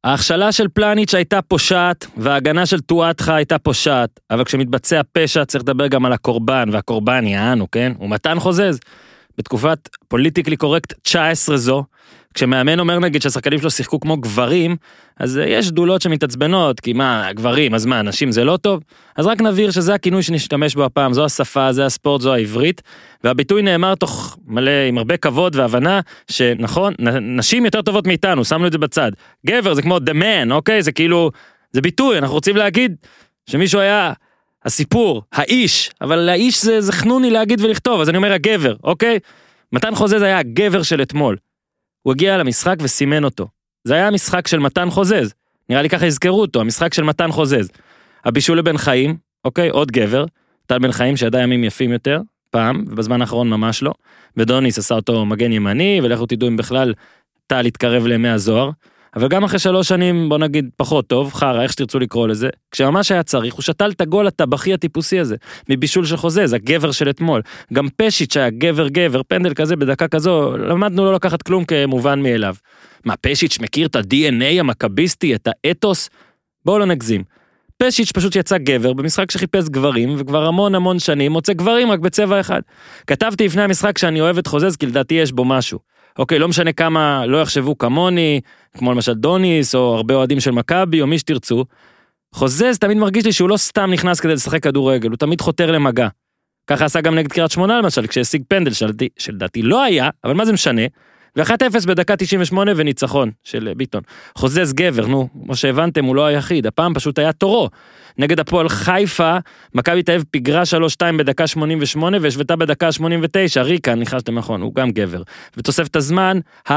ההכשלה של פלניץ' הייתה פושעת, וההגנה של טואטחה הייתה פושעת, אבל כשמתבצע פשע צריך לדבר גם על הקורבן, והקורבן יענו, כן? ומתן חוזז. בתקופת פוליטיקלי קורקט 19 זו, כשמאמן אומר נגיד שהשחקנים שלו שיחקו כמו גברים, אז יש דולות שמתעצבנות, כי מה, גברים, אז מה, נשים זה לא טוב? אז רק נבהיר שזה הכינוי שנשתמש בו הפעם, זו השפה, זה הספורט, זו העברית, והביטוי נאמר תוך מלא, עם הרבה כבוד והבנה, שנכון, נשים יותר טובות מאיתנו, שמנו את זה בצד. גבר זה כמו the man, אוקיי? זה כאילו, זה ביטוי, אנחנו רוצים להגיד שמישהו היה הסיפור, האיש, אבל האיש זה חנוני להגיד ולכתוב, אז אני אומר הגבר, אוקיי? מתן חוזז היה הגבר של אתמול. הוא הגיע למשחק וסימן אותו. זה היה המשחק של מתן חוזז. נראה לי ככה הזכרו אותו, המשחק של מתן חוזז. הבישול לבן חיים, אוקיי, עוד גבר, טל בן חיים שידע ימים יפים יותר, פעם, ובזמן האחרון ממש לא. ודוניס עשה אותו מגן ימני, ולכו תדעו אם בכלל טל התקרב לימי הזוהר. אבל גם אחרי 3 שנים, בוא נגיד, פחות טוב, חרה, איך שתרצו לקרוא לזה, כשממש היה צריך, הוא שתל את הגול הטבחי הטיפוסי הזה, מבישול של חוזז, הגבר של אתמול. גם פשיץ' היה גבר, פנדל כזה, בדקה כזו, למדנו לא לקחת כלום כמובן מאליו. מה, פשיץ' מכיר את ה-DNA המקביסטי, את האתוס? בואו לא נגזים. פשיץ' פשוט יצא גבר, במשחק שחיפש גברים, וכבר המון שנים, מוצא גברים רק בצבע אחד. כתבתי לפני המשחק שאני אוהב את חוזז, כי לדעתי יש בו משהו. אוקיי, לא משנה כמה לא יחשבו כמוני, כמו למשל דוניס, או הרבה אוהדים של מכבי, או מי שתרצו. חוזז תמיד מרגיש לי שהוא לא סתם נכנס כדי לשחק כדורגל, הוא תמיד חותר למגע. ככה עשה גם נגד קריית שמונה למשל, כשהשיג פנדל שלדעתי לא היה, אבל מה זה משנה? ו1-0 בדקה 98 וניצחון של ביטון. חוזז גבר, נו, כמו שהבנתם, הוא לא היחיד, הפעם פשוט היה תורו. נגד הפועל חיפה, מכבי תל אביב פיגרה 3-2 בדקה 88, והשוותה בדקה 89, ריקה, ניחשתם נכון, הוא גם גבר. ותוספת הזמן,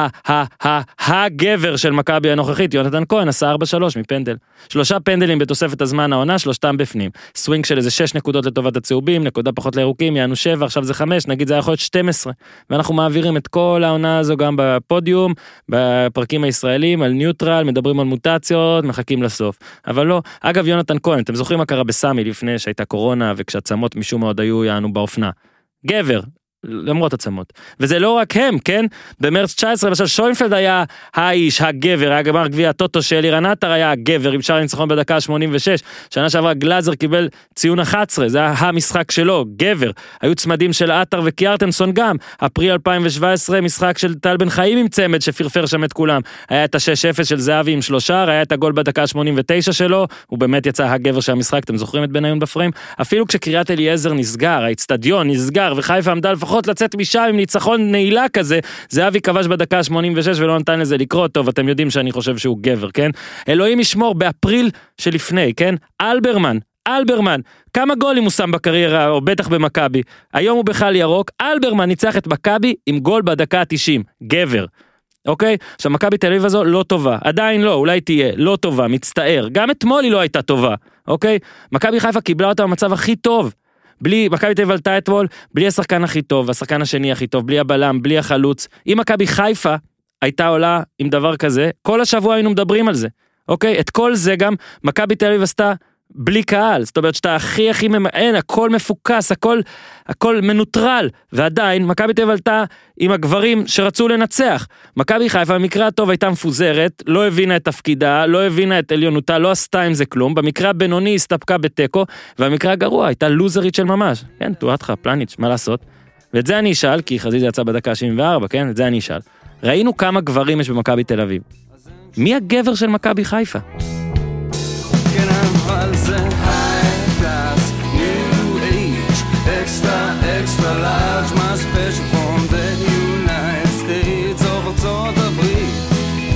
הגבר של מכבי הנוכחית, יונתן כהן, עשה 4-3 מפנדל. 3 פנדלים בתוספת הזמן העונה, 3 בפנים. סווינג של איזה 6 נקודות לטובת הצהובים, נקודה פחות לירוקים, יענו 7, עכשיו זה 5, נגיד זה יכול להיות 12. ואנחנו מעבירים את כל העונה הזו גם בפודיום, בפרקים הישראלים, על ניוטרל, מדברים על מוטציות, מחכים לסוף. אבל לא, אגב יונתן כהן, אתם זוכרים מה קרה בסמי לפני שהייתה קורונה, וכשהצמות משום מה עוד היו יענו באופנה. גבר, למרות הצמות. וזה לא רק הם, כן? במרץ 19, למשל שוינפלד היה האיש, הגבר, היה גמר גביע הטוטו של לירן עטר היה הגבר, עם שער ניצחון בדקה 86, שנה שעברה גלאזר קיבל ציון 11, זה היה המשחק שלו, גבר. היו צמדים של עטר וקיארטנסון גם, אפריל 2017, משחק של טל בן חיים עם צמד שפרפר שם את כולם. היה את ה-6-0 של זהבי עם 3, היה את הגול בדקה 89 שלו, הוא באמת יצא הגבר של המשחק, אתם זוכרים את בניון בפריים? אפילו כשקריית אליעזר נסגר, האצטדיון נסגר, וחיפה עמדה לפחות לצאת משם עם ניצחון נעילה כזה, זהבי כבש בדקה 86 ולא נתן לזה לקרות, טוב, אתם יודעים שאני חושב שהוא גבר, כן? אלוהים ישמור באפריל שלפני, כן? אלברמן, כמה גולים הוא שם בקריירה, או בטח במכבי, היום הוא בכלל ירוק, אלברמן ניצח את מכבי עם גול בדקה ה-90, גבר. אוקיי? עכשיו, מכבי תל אביב הזו לא טובה, עדיין לא, אולי תהיה, לא טובה, מצטער, גם אתמול היא לא הייתה טובה, אוקיי? מכבי חיפה קיבלה אותה במצב הכי טוב, בלי, מכבי תל אביב עלתה אתמול, בלי השחקן הכי טוב, השחקן השני הכי טוב, בלי הבלם, בלי החלוץ, אם מכבי חיפה הייתה עולה עם דבר כזה, כל השבוע היינו מדברים על זה, אוקיי? את כל זה גם, מכבי תל אביב עשתה בלי קהל, זאת אומרת שאתה הכי ממען, הכל מפוקס, הכל מנוטרל, ועדיין מכבי תל אביב עלתה עם הגברים שרצו לנצח. מכבי חיפה במקרה הטוב הייתה מפוזרת, לא הבינה את תפקידה, לא הבינה את עליונותה, לא עשתה עם זה כלום, במקרה הבינוני הסתפקה בטקו, והמקרה הגרוע הייתה לוזרית של ממש. כן, תואטך, פלניץ', מה לעשות? ואת זה אני אשאל, כי חזיזה יצא בדקה 74, כן? את זה אני אשאל. ראינו כמה גברים יש במכבי תל אביב. מי הגבר של מכבי חיפה? אבל זה high class, new age, extra large, my special from the United States of ארצות הברית.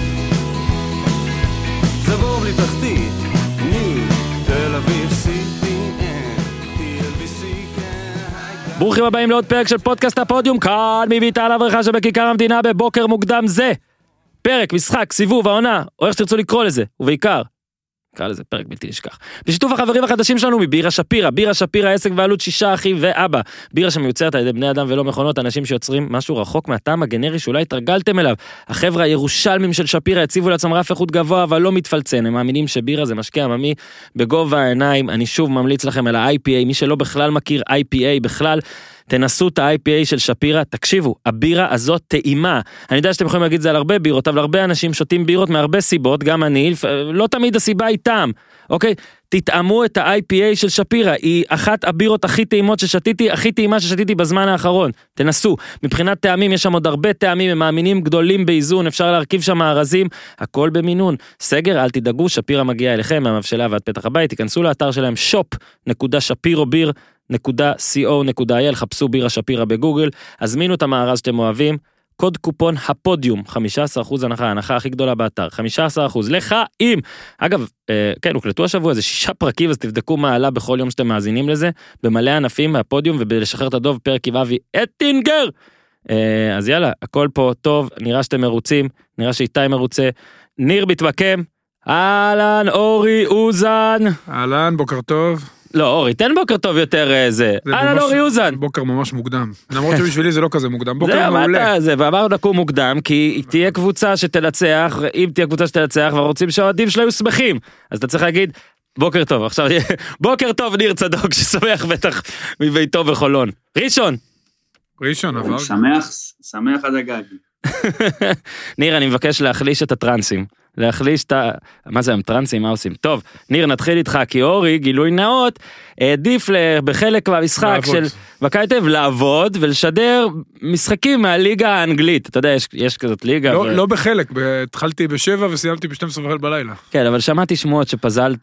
זה בור בלי תחתית, new, תל אביב, CPN, TLBC, כן. ברוכים הבאים לעוד פרק של פודקאסט הפודיום, כאן מביתן הברכה שבכיכר המדינה בבוקר מוקדם זה. פרק, משחק, סיבוב, העונה, או איך שתרצו לקרוא לזה, ובעיקר, קרא לזה פרק בלתי נשכח. בשיתוף החברים החדשים שלנו מבירה שפירה, בירה שפירה, עסק ועלות 6 אחים ואבא. בירה שמיוצרת על ידי בני אדם ולא מכונות, אנשים שיוצרים משהו רחוק מהטעם הגנרי שאולי התרגלתם אליו. החבר'ה הירושלמים של שפירה הציבו לעצמם רף איכות גבוה, אבל לא מתפלצן. הם מאמינים שבירה זה משקה עממי בגובה העיניים. אני שוב ממליץ לכם על ה-IPA, מי שלא בכלל מכיר IPA בכלל, תנסו את ה-IPA של שפירא, תקשיבו, הבירה הזאת טעימה. אני יודע שאתם יכולים להגיד זה על הרבה בירות, אבל הרבה אנשים שותים בירות מהרבה סיבות, גם אני, לא תמיד הסיבה היא טעם, אוקיי? תטעמו את ה-IPA של שפירא, היא אחת הבירות הכי טעימות ששתיתי, הכי טעימה ששתיתי בזמן האחרון. תנסו, מבחינת טעמים, יש שם עוד הרבה טעמים, הם מאמינים גדולים באיזון, אפשר להרכיב שם מארזים, הכל במינון. סגר, אל תדאגו, שפירא מגיע אליכם, מהמבשלה ועד פתח הבית, תיכנסו לאתר שלהם shop.shapirobeer.co.il, חפשו בירה שפירא בגוגל, הזמינו את המארז שאתם אוהבים, קוד קופון הפודיום, 15% הנחה, ההנחה הכי גדולה באתר, 15% לחיים. אגב, כן, הוקלטו השבוע, זה 6 פרקים, אז תבדקו מה עלה בכל יום שאתם מאזינים לזה, במלא ענפים מהפודיום, ובלשחרר את הדוב פרק עם אבי אטינגר. אז יאללה, הכל פה טוב, נראה שאתם מרוצים, נראה שאיתי מרוצה. ניר מתמקם, אהלן, אורי אוזן. אהלן, בוקר טוב. לא, אורי, תן בוקר טוב יותר זה. אהלן, אורי אוזן. בוקר ממש מוקדם. למרות שבשבילי זה לא כזה מוקדם. בוקר מעולה. ואמרנו לקום מוקדם, כי תהיה קבוצה שתנצח, אם תהיה קבוצה שתנצח, ורוצים שהאוהדים שלה יהיו שמחים. אז אתה צריך להגיד, בוקר טוב. עכשיו, בוקר טוב, ניר צדוק, ששמח בטח מביתו בחולון. ראשון, עבר. שמח עד הגג. ניר, אני מבקש להחליש את הטרנסים. להחליש את ה... מה זה, הם טרנסים, מה עושים? טוב, ניר, נתחיל איתך, כי אורי, גילוי נאות, העדיף בחלק מהמשחק של מכבי תל אביב לעבוד ולשדר משחקים מהליגה האנגלית. אתה יודע, יש כזאת ליגה. לא בחלק, התחלתי ב7 וסיימתי ב12 בלילה. כן, אבל שמעתי שמועות שפזלת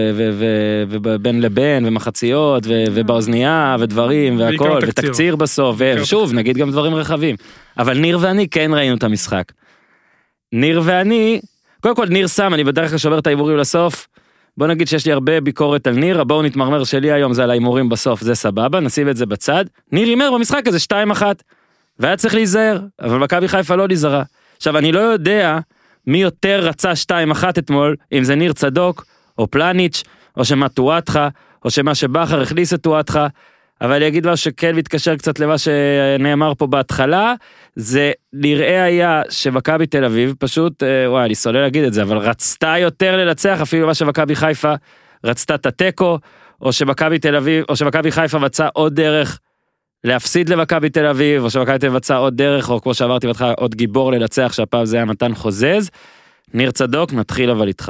ובין לבין ומחציות ובאוזנייה ודברים והכל, ותקציר בסוף, ושוב, נגיד גם דברים רחבים. אבל ניר ואני כן ראינו את המשחק. ניר ואני... קודם כל, ניר שם, אני בדרך כלל שובר את האימורים לסוף, בוא נגיד שיש לי הרבה ביקורת על ניר, הבואו נתמרמר שלי היום זה על האימורים בסוף, זה סבבה, נשים את זה בצד, ניר הימר במשחק הזה 2-1, והיה צריך להיזהר, אבל מכבי חיפה לא נזהרה. עכשיו, אני לא יודע מי יותר רצה 2-1 אתמול, אם זה ניר צדוק, או פלניץ', או שמה תואתך, או שמה שבחר הכניס את תואתך, אבל אני אגיד משהו שכן מתקשר קצת למה שנאמר פה בהתחלה, זה נראה היה שמכבי תל אביב, פשוט, וואי, אני סולל להגיד את זה, אבל רצתה יותר לנצח, אפילו מה שמכבי חיפה רצתה את הטקו, או שמכבי תל אביב, או שמכבי חיפה מצא עוד דרך להפסיד למכבי תל אביב, או שמכבי תל אביב מצא עוד דרך, או כמו שאמרתי בתך, עוד גיבור לנצח, שהפעם זה היה מתן חוזז. ניר צדוק, נתחיל אבל איתך.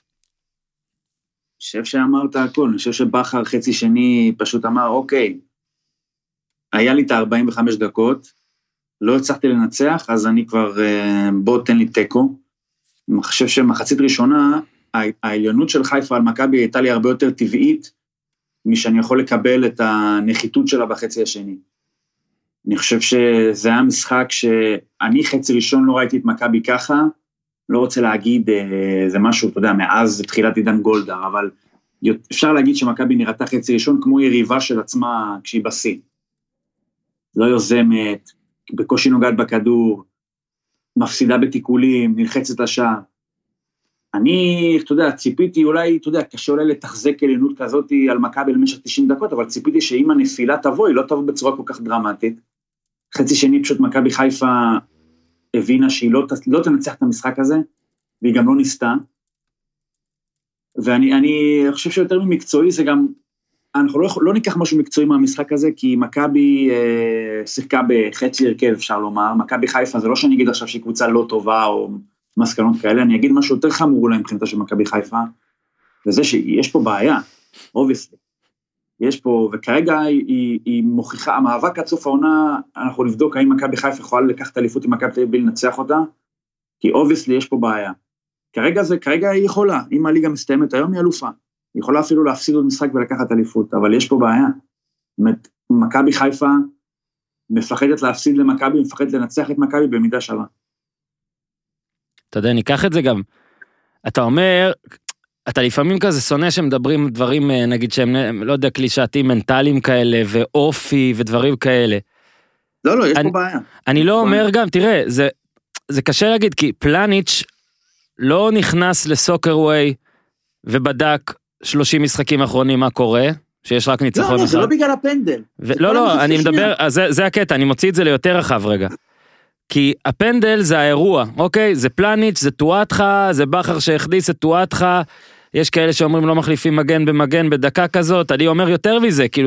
אני חושב שאמרת הכל, אני חושב שבחר חצי שני פשוט אמר, אוקיי, היה לי את 45 דקות, לא הצלחתי לנצח, אז אני כבר, בוא תן לי טקו. אני חושב שמחצית ראשונה, העליונות של חיפה על מכבי הייתה לי הרבה יותר טבעית, משאני יכול לקבל את הנחיתות שלה בחצי השני. אני חושב שזה היה משחק שאני חצי ראשון לא ראיתי את מכבי ככה, לא רוצה להגיד, זה משהו, אתה יודע, מאז תחילת עידן גולדהר, אבל אפשר להגיד שמכבי נראתה חצי ראשון כמו יריבה של עצמה כשהיא בסי. לא יוזמת, בקושי נוגעת בכדור, מפסידה בתיקולים, נלחצת לשעה. אני, אתה יודע, ציפיתי אולי, אתה יודע, קשה אולי לתחזק עליונות כזאת על מכבי למשך 90 דקות, אבל ציפיתי שאם הנפילה תבוא, היא לא תבוא בצורה כל כך דרמטית. חצי שני פשוט מכבי חיפה הבינה שהיא לא תנצח את המשחק הזה, והיא גם לא ניסתה. ואני חושב שיותר ממקצועי זה גם, אנחנו לא ניקח משהו מקצועי מהמשחק הזה, כי מכבי שיחקה בחצי הרכב, אפשר לומר, מכבי חיפה זה לא שאני אגיד עכשיו שהיא קבוצה לא טובה או מסקנות כאלה, אני אגיד משהו יותר חמור אולי מבחינתה של מכבי חיפה, וזה שיש פה בעיה, obviously. יש פה, וכרגע היא מוכיחה, המאבק עד סוף העונה, אנחנו נבדוק האם מכבי חיפה יכולה לקחת אליפות עם מכבי תל אביב בלי לנצח אותה, כי obviously יש פה בעיה. כרגע היא יכולה, אם הליגה מסתיימת היום היא אלופה, היא יכולה אפילו להפסיד עוד משחק ולקחת אליפות, אבל יש פה בעיה. מכבי חיפה מפחדת להפסיד למכבי, מפחדת לנצח את מכבי במידה שווה. אתה יודע, ניקח את זה גם. אתה אומר, אתה לפעמים כזה שונא שמדברים דברים, נגיד שהם, לא יודע, קלישאתיים מנטליים כאלה, ואופי ודברים כאלה. לא, יש פה בעיה. אני לא אומר גם, תראה, זה קשה להגיד, כי פלניץ' לא נכנס לסוקרווי, ובדק 30 משחקים האחרונים מה קורה, שיש רק ניצחון אחד. לא, זה לא בגלל הפנדל. לא, אני מדבר, זה הקטע, אני מוציא את זה ליותר רחב רגע. כי הפנדל זה האירוע, אוקיי? זה פלניץ', זה תואתך, זה בחר שהכניס את תואתך, יש כאלה שאומרים לא מחליפים מגן במגן בדקה כזאת, אני אומר יותר מזה, כאילו,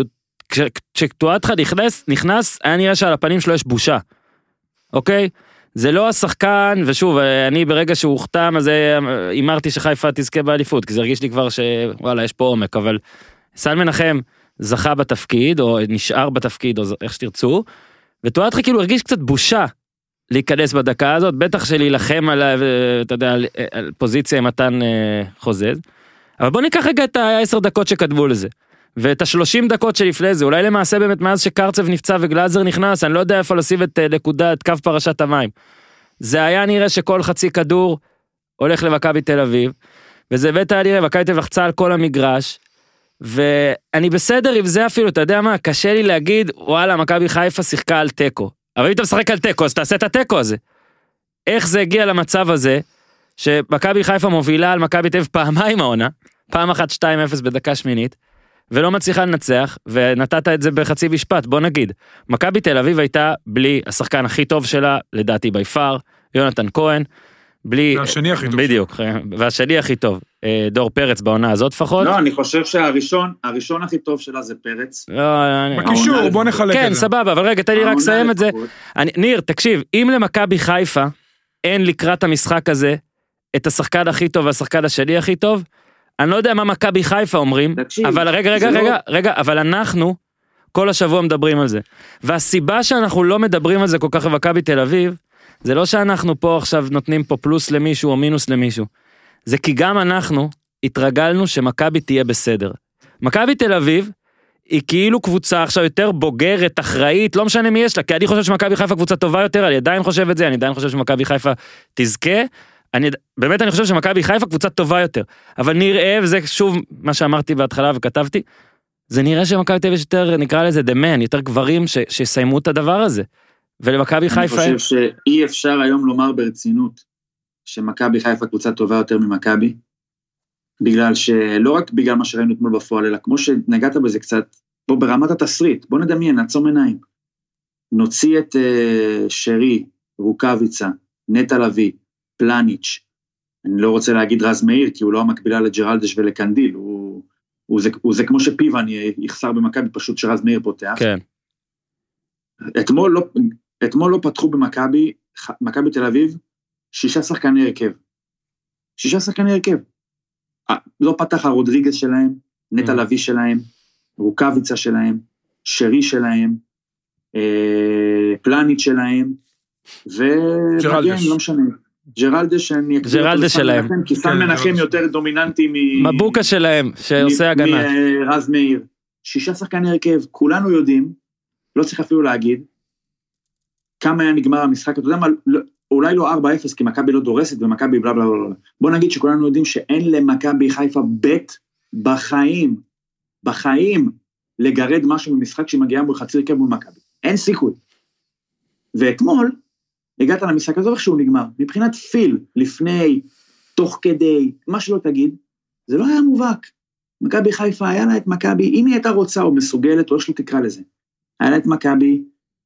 כשטואטחה נכנס, היה נראה שעל הפנים שלו יש בושה. אוקיי? זה לא השחקן, ושוב, אני ברגע שהוא הוחתם, אז אמרתי שחיפה תזכה באליפות, כי זה הרגיש לי כבר שוואלה, יש פה עומק, אבל סן מנחם זכה בתפקיד, או נשאר בתפקיד, או איך שתרצו, וטואטחה כאילו הרגיש קצת בושה להיכנס בדקה הזאת, בטח שלהילחם אתה יודע, על פוזיציה עם מתן חוזז, אבל בוא ניקח רגע את ה-10 דקות שכתבו לזה, ואת ה-30 דקות שלפני זה, אולי למעשה באמת מאז שקרצב נפצע וגלאזר נכנס, אני לא יודע איפה לשים את נקודה, את קו פרשת המים. זה היה נראה שכל חצי כדור הולך למכבי תל אביב, וזה בית היה נראה, מכבי תל אביב לחצה על כל המגרש, ואני בסדר עם זה אפילו, אתה יודע מה, קשה לי להגיד, וואלה, מכבי חיפה שיחקה על טקו. אבל אם אתה משחק על טקו, אז תעשה את הטקו הזה. איך זה הגיע למצב הזה, שמכבי חיפה מובילה על מכבי תל אביב פעמיים העונה, פעם אחת 2-0 בדקה שמינית, ולא מצליחה לנצח, ונתת את זה בחצי משפט, בוא נגיד, מכבי תל אביב הייתה בלי השחקן הכי טוב שלה, לדעתי ביפר, יונתן כהן, בלי... והשני הכי טוב. בדיוק, והשני הכי טוב, דור פרץ בעונה הזאת לפחות. לא, אני חושב שהראשון הכי טוב שלה זה פרץ. בקישור, בוא נחלק את זה. כן, סבבה, אבל רגע, תן לי רק לסיים את זה. ניר, תקשיב, אם למכבי חיפה אין לקראת המשחק הזה את השחקן הכי טוב והשחקן השני הכי טוב, אני לא יודע מה מכבי חיפה אומרים, אבל רגע, אבל אנחנו כל השבוע מדברים על זה. והסיבה שאנחנו לא מדברים על זה כל כך במכבי תל אביב, זה לא שאנחנו פה עכשיו נותנים פה פלוס למישהו או מינוס למישהו. זה כי גם אנחנו התרגלנו שמכבי תהיה בסדר. מכבי תל אביב היא כאילו קבוצה עכשיו יותר בוגרת, אחראית, לא משנה מי יש לה, כי אני חושב שמכבי חיפה קבוצה טובה יותר, אני עדיין חושב את זה, אני עדיין חושב שמכבי חיפה תזכה, באמת אני חושב שמכבי חיפה קבוצה טובה יותר, אבל נראה, וזה שוב מה שאמרתי בהתחלה וכתבתי, זה נראה שמכבי תל אביב יש יותר, נקרא לזה דמן, יותר גברים שסיימו את הדבר הזה, ולמכבי חיפה... אני חושב שאי אפשר היום לומר ברצינות, שמכבי חיפה קבוצה טובה יותר ממכבי, בגלל שלא רק בגלל מה שראינו אתמול בפועל, אלא כמו שנגעת בזה קצת, בוא ברמת התסריט, בוא נדמיין, נעצום עיניים, נוציא את שרי, רוקביצה, נטע לביא, פלניץ', אני לא רוצה להגיד רז מאיר, כי הוא לא המקבילה לג'רלדש ולקנדיל, הוא זה כמו שפיוון יחסר במכבי, פשוט שרז מאיר פותח. כן. אתמול לא פתחו במכבי, מכבי תל אביב, 6 שחקני הרכב. 6 שחקני הרכב. לא פתח הרודריגס שלהם, נטע לביא שלהם, רוקביצה שלהם, שרי שלהם, פלניץ' שלהם, ומגן, לא משנה. ג'רלדש שלהם. כי סן מנחם יותר דומיננטי מבוקה שלהם, שעושה הגנה. מרז מאיר. 6 שחקני הרכב, כולנו יודעים, לא צריך אפילו להגיד, כמה היה נגמר המשחק, אתה יודע מה, אולי לא 4-0, כי מכבי לא דורסת, ומכבי בלה בלה בלה. בוא נגיד שכולנו יודעים שאין למכבי חיפה בית בחיים, לגרד משהו במשחק שמגיעה מול חצי הרכב מול מכבי. אין סיכוי. ואתמול, הגעת למשחק הזה שהוא נגמר, מבחינת פיל, לפני, תוך כדי, מה שלא תגיד, זה לא היה מובהק. מכבי חיפה, היה לה את מכבי, אם היא הייתה רוצה או מסוגלת, או איך שלא תקרא לזה, היה לה את מכבי,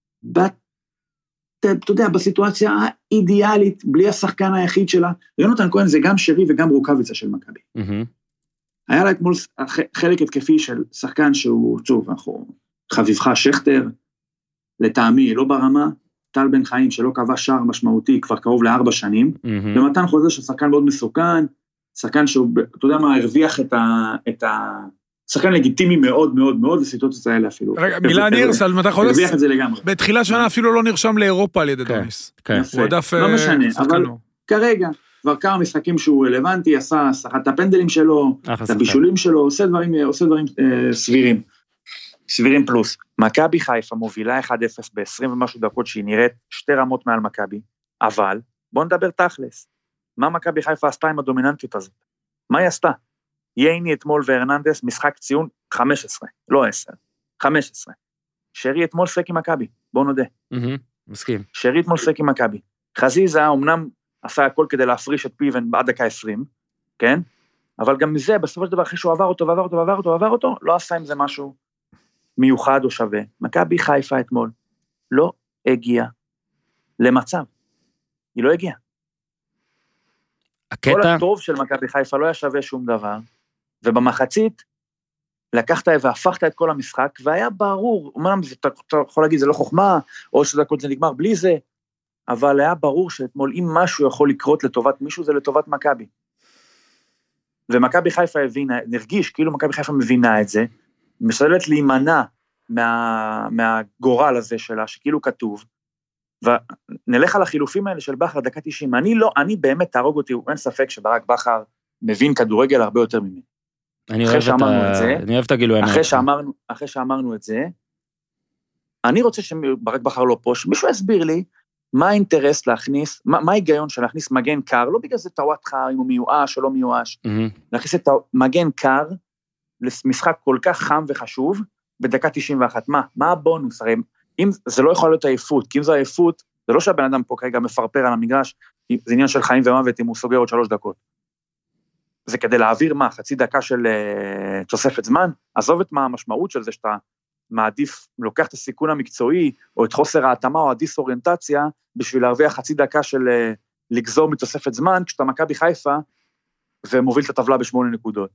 אתה יודע, בסיטואציה האידיאלית, בלי השחקן היחיד שלה, יונתן כהן זה גם שרי וגם רוקביצה של מכבי. היה לה אתמול חלק התקפי של שחקן שהוא, טוב, חביבך שכטר, לטעמי, לא ברמה, טל בן חיים שלא קבע שער משמעותי כבר קרוב ל4 שנים, ומתן חוזר של שחקן מאוד מסוכן, שחקן שהוא, אתה יודע מה, הרוויח את שחקן לגיטימי מאוד מאוד מאוד, בסיטואציות האלה אפילו. רגע, מילה ניר, סל מתן חודש, הרוויח את זה לגמרי. בתחילת שנה אפילו לא נרשם לאירופה על ידי דוניס. יפה, לא משנה, אבל כרגע, כבר כמה משחקים שהוא רלוונטי, עשה את הפנדלים שלו, את הבישולים שלו, עושה דברים סבירים פלוס. מכבי חיפה מובילה 1-0 ב-20 ומשהו דקות, שהיא נראית 2 רמות מעל מכבי, אבל בוא נדבר תכלס. מה מכבי חיפה עשתה עם הדומיננטיות הזאת? מה היא עשתה? ייני אתמול והרננדס, משחק ציון 15, לא 10, 15. שרי אתמול סק עם מכבי, בואו נודה. מסכים. שרי אתמול סק עם מכבי. חזיזה אמנם עשה הכל כדי להפריש את פיוון בעד דקה 20, כן? אבל גם מזה, בסופו של דבר, אחרי שהוא עבר אותו, לא עשה עם זה משהו מיוחד או שווה. מכבי חיפה אתמול לא הגיע למצב. היא לא הגיעה. כל הטוב של מכבי חיפה לא היה שווה שום דבר, ובמחצית, לקחת והפכת את כל המשחק, והיה ברור, אומנם אתה יכול להגיד, זה לא חוכמה, או שדקות זה נגמר בלי זה, אבל היה ברור שאתמול, אם משהו יכול לקרות לטובת מישהו, זה לטובת מכבי. ומכבי חיפה נרגיש, כאילו מכבי חיפה מבינה את זה, משתדלת להימנע מהגורל הזה שלה, שכאילו כתוב, ונלך על החילופים האלה של בכר, דקה 90, אני באמת תהרוג אותי, אין ספק שברק בכר מבין כדורגל הרבה יותר ממני. אני אוהב את הגילוי. אחרי שאמרנו את זה, אני רוצה שברק בכר לא פה, שמישהו יסביר לי, מה האינטרס להכניס, מה ההיגיון של להכניס מגן קר, לא בגלל זה טוואטחה, אם הוא מיואש או לא מיואש, להכניס את מגן קר, למשחק כל כך חם וחשוב, בדקה 91, מה הבונוס? הרי אם זה לא יכול להיות עייפות, כי אם זה עייפות, זה לא שהבן אדם פה כרגע מפרפר על המגרש, זה עניין של חיים ומוות אם הוא סוגר עוד 3 דקות. זה כדי להעביר מה, חצי דקה של תוספת זמן, עזוב את מה המשמעות של זה שאתה מעדיף, לוקח את הסיכון המקצועי, או את חוסר ההתאמה או הדיסאוריינטציה, בשביל להרוויח חצי דקה של לגזור מתוספת זמן, כשאתה מכבי חיפה, ומוביל את הטבלה ב8 נקודות.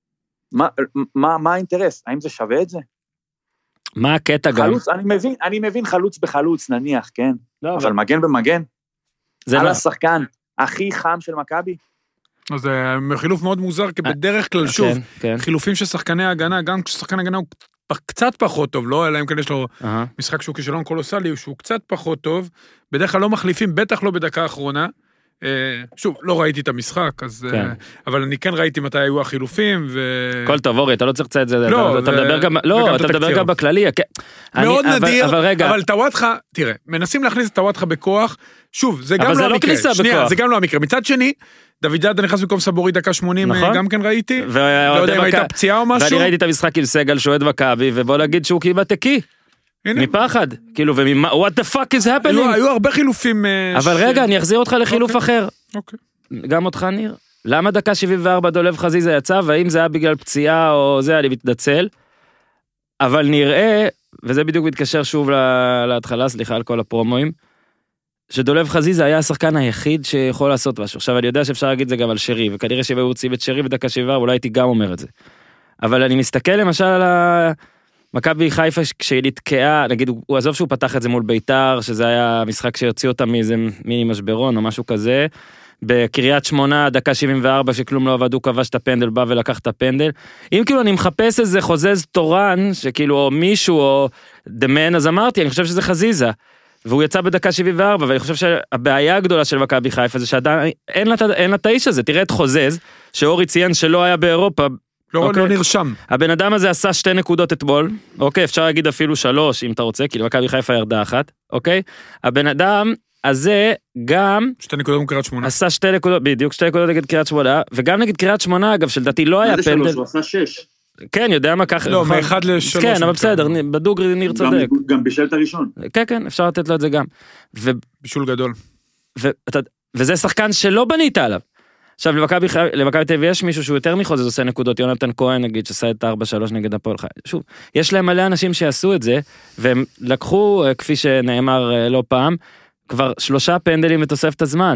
מה האינטרס? האם זה שווה את זה? מה הקטע גם? חלוץ, אני מבין חלוץ בחלוץ, נניח, כן? לא, אבל מגן במגן? על השחקן הכי חם של מכבי? אז זה חילוף מאוד מוזר, כי בדרך כלל, שוב, חילופים של שחקני ההגנה, גם כששחקן ההגנה הוא קצת פחות טוב, לא? אלא אם כן יש לו משחק שהוא כישלון קולוסלי, שהוא קצת פחות טוב, בדרך כלל לא מחליפים, בטח לא בדקה האחרונה, שוב, לא ראיתי את המשחק, אבל אני כן ראיתי מתי היו החילופים, כל טוב, אורי, אתה לא צריך לצאת את זה, אתה מדבר גם בכללי, מאוד נדיר, אבל טוואטחה, תראה, מנסים להכניס את טוואטחה בכוח, שוב, זה גם לא המקרה, שנייה, זה גם לא המקרה, מצד שני, דוד זאדה נכנס במקום סבורי דקה 80, גם כן ראיתי, לא יודע אם הייתה פציעה או משהו, ואני ראיתי את המשחק עם סגל שועד מכבי, ובוא נגיד שהוא כמעט תקי, מפחד, כאילו, what the fuck is happening? היו הרבה חילופים. אבל רגע, אני אחזיר אותך לחילוף אחר. גם אותך ניר. למה דקה 74 דולב חזיזה יצא, והאם זה היה בגלל פציעה או זה, אני מתנצל. אבל נראה, וזה בדיוק מתקשר שוב להתחלה, סליחה על כל הפרומואים, שדולב חזיזה היה השחקן היחיד שיכול לעשות משהו. עכשיו, אני יודע שאפשר להגיד זה גם על שרי, וכנראה שהיו רוצים את שרי בדקה 7, אולי הייתי גם אומר את זה. אבל אני מסתכל למשל על מכבי חיפה כשהיא נתקעה, נגיד, הוא עזוב שהוא פתח את זה מול ביתר, שזה היה משחק שיוציא אותה מאיזה מיני משברון או משהו כזה, בקריית שמונה, דקה 74, שכלום לא עבד, הוא כבש את הפנדל, בא ולקח את הפנדל. אם כאילו אני מחפש איזה חוזז תורן, שכאילו או מישהו או דמן, אז אמרתי, אני חושב שזה חזיזה, והוא יצא בדקה 74, ואני חושב שהבעיה הגדולה של מכבי חיפה זה שעדיין אין לה את האיש הזה, תראה את חוזז, שאורי ציין שלא היה באירופה, לא נרשם. הבן אדם הזה עשה 2 נקודות אתמול, אוקיי, אפשר להגיד אפילו 3 אם אתה רוצה, כי מכבי חיפה ירדה 1, אוקיי? הבן אדם הזה גם 2 נקודות מקריית שמונה. עשה 2 נקודות, בדיוק 2 נקודות נגד קריית שמונה, וגם נגד קריית שמונה, אגב, שלדעתי לא היה פנדל. הוא עשה 6. כן, יודע מה ככה. לא, מ1 ל3. כן, אבל בסדר, בדוגרי ניר צודק. גם בישל את הראשון. כן, כן, אפשר לתת לו את זה גם. בישול גדול. וזה שחקן שלא בנית עליו. עכשיו, למכבי תל אביב יש מישהו שהוא יותר מחוזז עושה נקודות, יונתן כהן נגיד, שעשה את 4-3 נגד הפועל חיפה. שוב, יש להם מלא אנשים שיעשו את זה, והם לקחו, כפי שנאמר לא פעם, כבר 3 פנדלים בתוספת הזמן.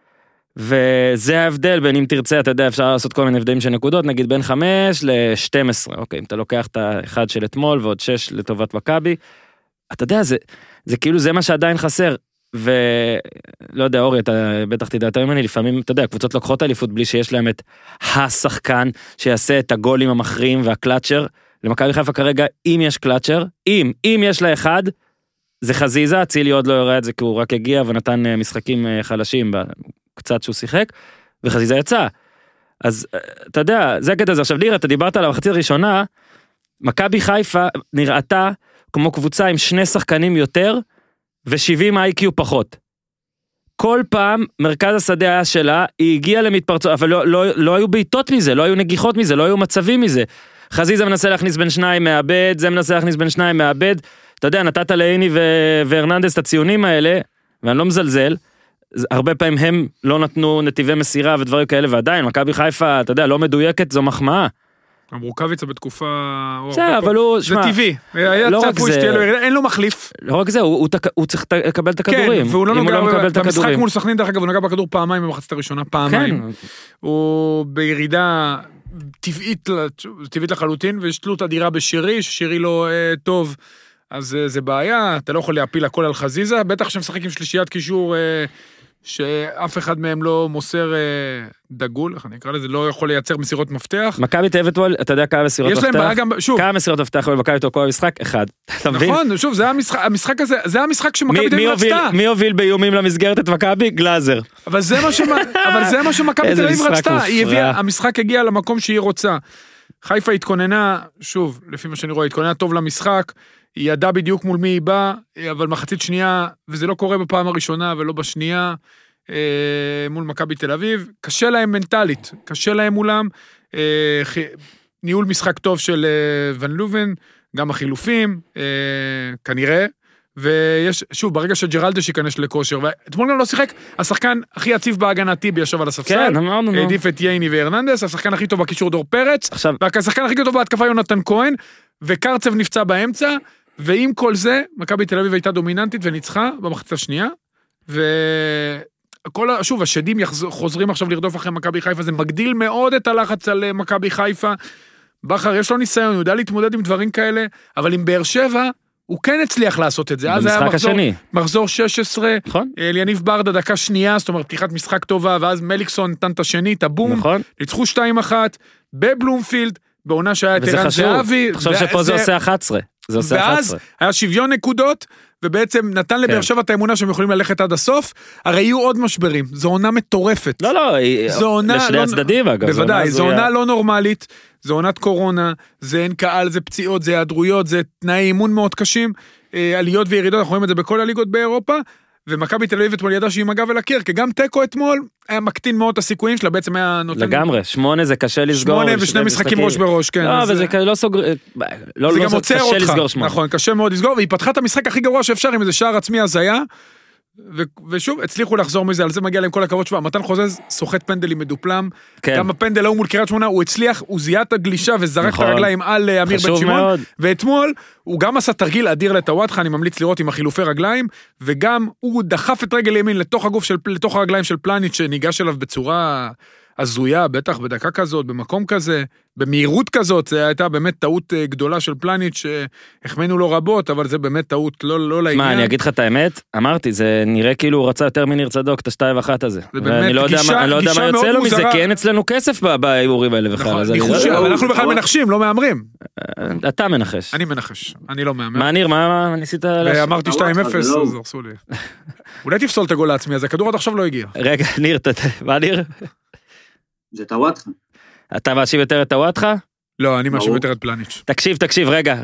וזה ההבדל בין אם תרצה, אתה יודע, אפשר לעשות כל מיני הבדלים של נקודות, נגיד בין 5 ל-12, אוקיי, אם אתה לוקח את האחד של אתמול, ועוד 6 לטובת מכבי, אתה יודע, זה כאילו זה מה שעדיין חסר, ולא יודע, אורי, אתה בטח תדע יותר ממני, לפעמים, אתה יודע, קבוצות לוקחות אליפות בלי שיש להם את השחקן שיעשה את הגולים המכריעים והקלאצ'ר, למכבי חיפה כרגע, אם יש קלאצ'ר, אם יש לה אחד, זה חזיזה, צילי עוד לא יראה את זה, כי הוא רק הגיע ונתן משחקים חלשים, קצת שהוא שיחק, וחזיזה יצא. אז, אתה יודע, זה הקטע הזה. עכשיו, נראה, אתה דיברת על המחצית הראשונה, מכבי חיפה נראתה כמו קבוצה עם 2 שחקנים יותר, ו70 IQ פחות. כל פעם, מרכז השדה היה שלה, היא הגיעה למתפרצות, אבל לא היו בעיטות מזה, לא היו נגיחות מזה, לא היו מצבים מזה. חזיזה מנסה להכניס בין 2 מאבד, זה מנסה להכניס בין 2 מאבד, אתה יודע, נתת לאיני והרננדס את הציונים האלה, ואני לא מזלזל, הרבה פעמים הם לא נתנו נתיבי מסירה ודברים כאלה, ועדיין, מכבי חיפה, אתה יודע, לא מדויקת, זו מחמאה. רוקאביצה בתקופה... זה, אבל הוא... זה טבעי. היה צפוי שתהיה לו ירידה, אין לו מחליף. לא רק זה, הוא צריך לקבל את הכדורים. כן, והוא לא נוגע במשחק מול סכנין, דרך אגב, הוא נגע בכדור פעמיים במחצית הראשונה, פעמיים. הוא בירידה טבעית לחלוטין, ויש תלות אדירה בשירי, ששירי לא טוב, אז זה בעיה, אתה לא יכול להפיל הכל על חזיזה, בטח שמשחק עם שלישיית קישור, שאף אחד מהם לא מוסר דגול, איך אני אקרא לזה, לא יכול לייצר מסירות מפתח. מכבי תל אביב, אתה יודע כמה מסירות מפתח? יש להם בעיה גם, שוב. כמה מסירות מפתח במכבי תל אביב כל המשחק? אחד. נכון, שוב, זה המשחק הזה, זה המשחק שמכבי תל אביב רצתה. מי הוביל באיומים למסגרת את מכבי? גלאזר. אבל זה מה שמכבי תל אביב רצתה. המשחק הגיע למקום שהיא רוצה. חיפה התכוננה, שוב, לפי מה שאני רואה, התכוננה טוב למשחק, היא ידעה בדיוק מול מי היא באה, אבל מחצית שנייה, וזה לא קורה בפעם הראשונה ולא בשנייה, מול מכבי תל אביב, קשה להם מנטלית, קשה להם מולם, ניהול משחק טוב של ון לובן, גם החילופים, כנראה, ויש, שוב, ברגע שג'רלדש ייכנס לכושר, ואתמול גם לא שיחק, השחקן הכי יציב בהגנה טיבי ישב על הספסל, כן, אמרנו. העדיף את ייני והרננדס, השחקן הכי טוב בקישור דור פרץ, והשחקן הכי טוב בהתקפה יונתן כהן, וקרצב נפצע באמצע, ועם כל זה, מכבי תל אביב הייתה דומיננטית וניצחה במחצית השנייה, שוב, השדים חוזרים עכשיו לרדוף אחרי מכבי חיפה, זה מגדיל מאוד את הלחץ על מכבי חיפה, בכר יש לו ניסיון, הוא יודע להתמודד עם דברים כאלה, אבל עם באר שבע, הוא כן הצליח לעשות את זה, אז היה מחזור 16, אליניב ברדה דקה שנייה, זאת אומרת, פתיחת משחק טובה, ואז מליקסון נתן את השני, את הבום, ניצחו 2-1, בבלומפילד, בעונה שהיה את ערן זהבי, עכשיו שפה זה עושה 11, ואז היה שוויון נקודות, ובעצם נתן לבאר שבע את האמונה שהם יכולים ללכת עד הסוף, הרי יהיו עוד משברים, זו עונה מטורפת. לא, לשני הצדדים אגב. בוודאי, זו עונה לא נורמלית, זו עונת קורונה, זה אין קהל, זה פציעות, זה היעדרויות, זה תנאי אימון מאוד קשים, עליות וירידות, אנחנו רואים את זה בכל הליגות באירופה, ומכבי תל אביב אתמול ידע שהיא עם הגב אל הקיר, כי גם טקו אתמול היה מקטין מאוד את הסיכויים שלה, בעצם היה נותן... לגמרי, 8 זה קשה לסגור. 8 ושני משחקים ראש בראש, כן. לא, אבל זה לא סוגר... זה גם עוצר אותך, נכון, קשה מאוד לסגור, והיא פתחה את המשחק הכי גרוע שאפשר עם איזה שער עצמי הזיה, ושוב, הצליחו לחזור מזה, על זה מגיע להם כל הכבוד שבה, מתן חוזז סוחט פנדלים מדופלם, גם הפנדל ההוא מול קריית שמונה, הוא הצליח, הוא זיהה את הגלישה וזרק את הרגליים על אמיר בן שמעון, ואתמול הוא גם עשה תרגיל אדיר לטוואטחה, אני ממליץ לראות עם החילופי רגליים, וגם הוא דחף את רגל ימין לתוך הגוף לתוך הרגליים של פלניץ' שניגש אליו בצורה הזויה, בטח בדקה כזאת, במקום כזה, במהירות כזאת, זה הייתה באמת טעות גדולה של פלניץ' שהחמנו לו רבות, אבל זה באמת טעות לא לעניין. מה, אני אגיד לך את האמת? אמרתי, זה נראה כאילו הוא רצה יותר מניר צדוק, את השתיים ואחת הזה. ואני לא יודע מה יוצא לו מזה, כי אין אצלנו כסף באיורים האלה בכלל. אבל אנחנו בכלל מנחשים, לא מאמרים. אתה מנחש. אני מנחש, אני לא מאמר. מה ניר, מה ניסית? אמרתי 2-0, אז הרסו לי. אולי תפסול את הגול העצמי הזה, הכדור עד עכשיו לא הגיע. רגע, ניר, מה ניר? זה טוואטחה. אתה מאשים יותר את טוואטחה? לא, אני מאשים יותר את פלניץ'. תקשיב, רגע,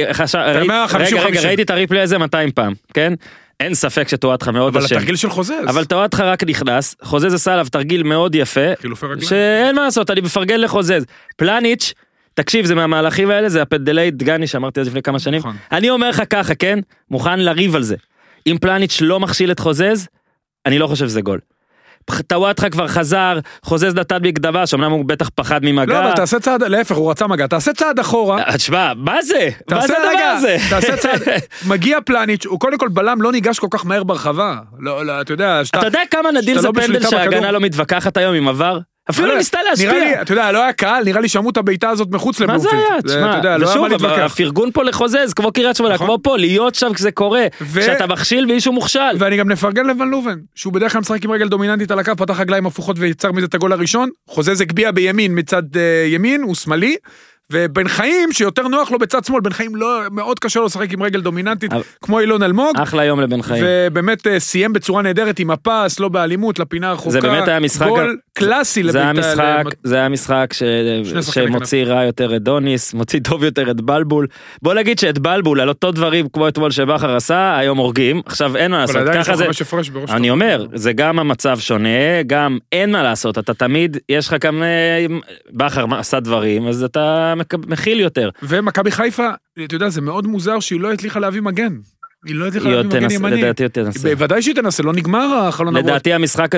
ראיתי את הריפלי הזה 200 פעם, כן? אין ספק שטוואטחה מאוד אשם. אבל התרגיל של חוזז. אבל טוואטחה רק נכנס, חוזז עשה עליו תרגיל מאוד יפה, שאין מה לעשות, אני מפרגן לחוזז. פלניץ', תקשיב, זה מהמהלכים האלה, זה הפדלי דגני שאמרתי לפני כמה שנים. אני אומר לך ככה, כן? מוכן לריב על זה. אם פלניץ' לא מכשיל את חוזז, אני לא חושב שזה גול. טוואטחה כבר חזר, חוזז נתן בהקדמה, שאומנם הוא בטח פחד ממגע. לא, אבל תעשה צעד, להפך, הוא רצה מגע, תעשה צעד אחורה. תשמע, מה זה? מה זה הדבר הזה? תעשה צעד, מגיע פלניץ', הוא קודם כל בלם לא ניגש כל כך מהר ברחבה. לא, אתה יודע, אתה יודע כמה נדיר זה פנדל שההגנה לא מתווכחת היום עם עבר? אפילו לא ניסתה להשפיע. אתה יודע, לא היה קהל, נראה לי שמעו את הביתה הזאת מחוץ לבלומפילד. מה זה היה? ושוב, הפרגון פה לחוזז, כמו קריית שמונה, כמו פה, להיות שם כשזה קורה, כשאתה מכשיל ואישו מוכשל. ואני גם נפרגן לבן לובן, שהוא בדרך כלל משחק עם רגל דומיננטית על הקו, פתח רגליים הפוכות ויצר מזה את הגול הראשון, חוזז הגביע בימין מצד ימין, הוא שמאלי, ובן חיים שיותר נוח לו בצד שמאל, בן חיים לא, מאוד קשה לו לשחק עם רגל דומיננטית, כמו אילון אלמוג. אחלה יום לבן חיים. ובאמת סיים בצורה נהדרת עם הפס, לא באלימות, לפינה הרחוקה. זה באמת היה משחק. גול קלאסי זה היה משחק שמוציא רע יותר את דוניס, מוציא טוב יותר את בלבול. בוא נגיד שאת בלבול, על אותו דברים כמו אתמול שבחר עשה, היום הורגים. עכשיו אין מה לעשות. ככה זה, אני אומר, זה גם המצב שונה, גם אין מה לעשות. אתה תמיד, יש לך גם, בחר עשה דברים, אז אתה מכיל יותר. ומכבי חיפה, אתה יודע, זה מאוד מוזר שהיא לא הצליחה להביא מגן. היא לא הצליחה להביא מגן ימני. לדעתי היא תנסה. בוודאי שהיא תנסה, לא נגמר החלון עברות. לדעתי המשחק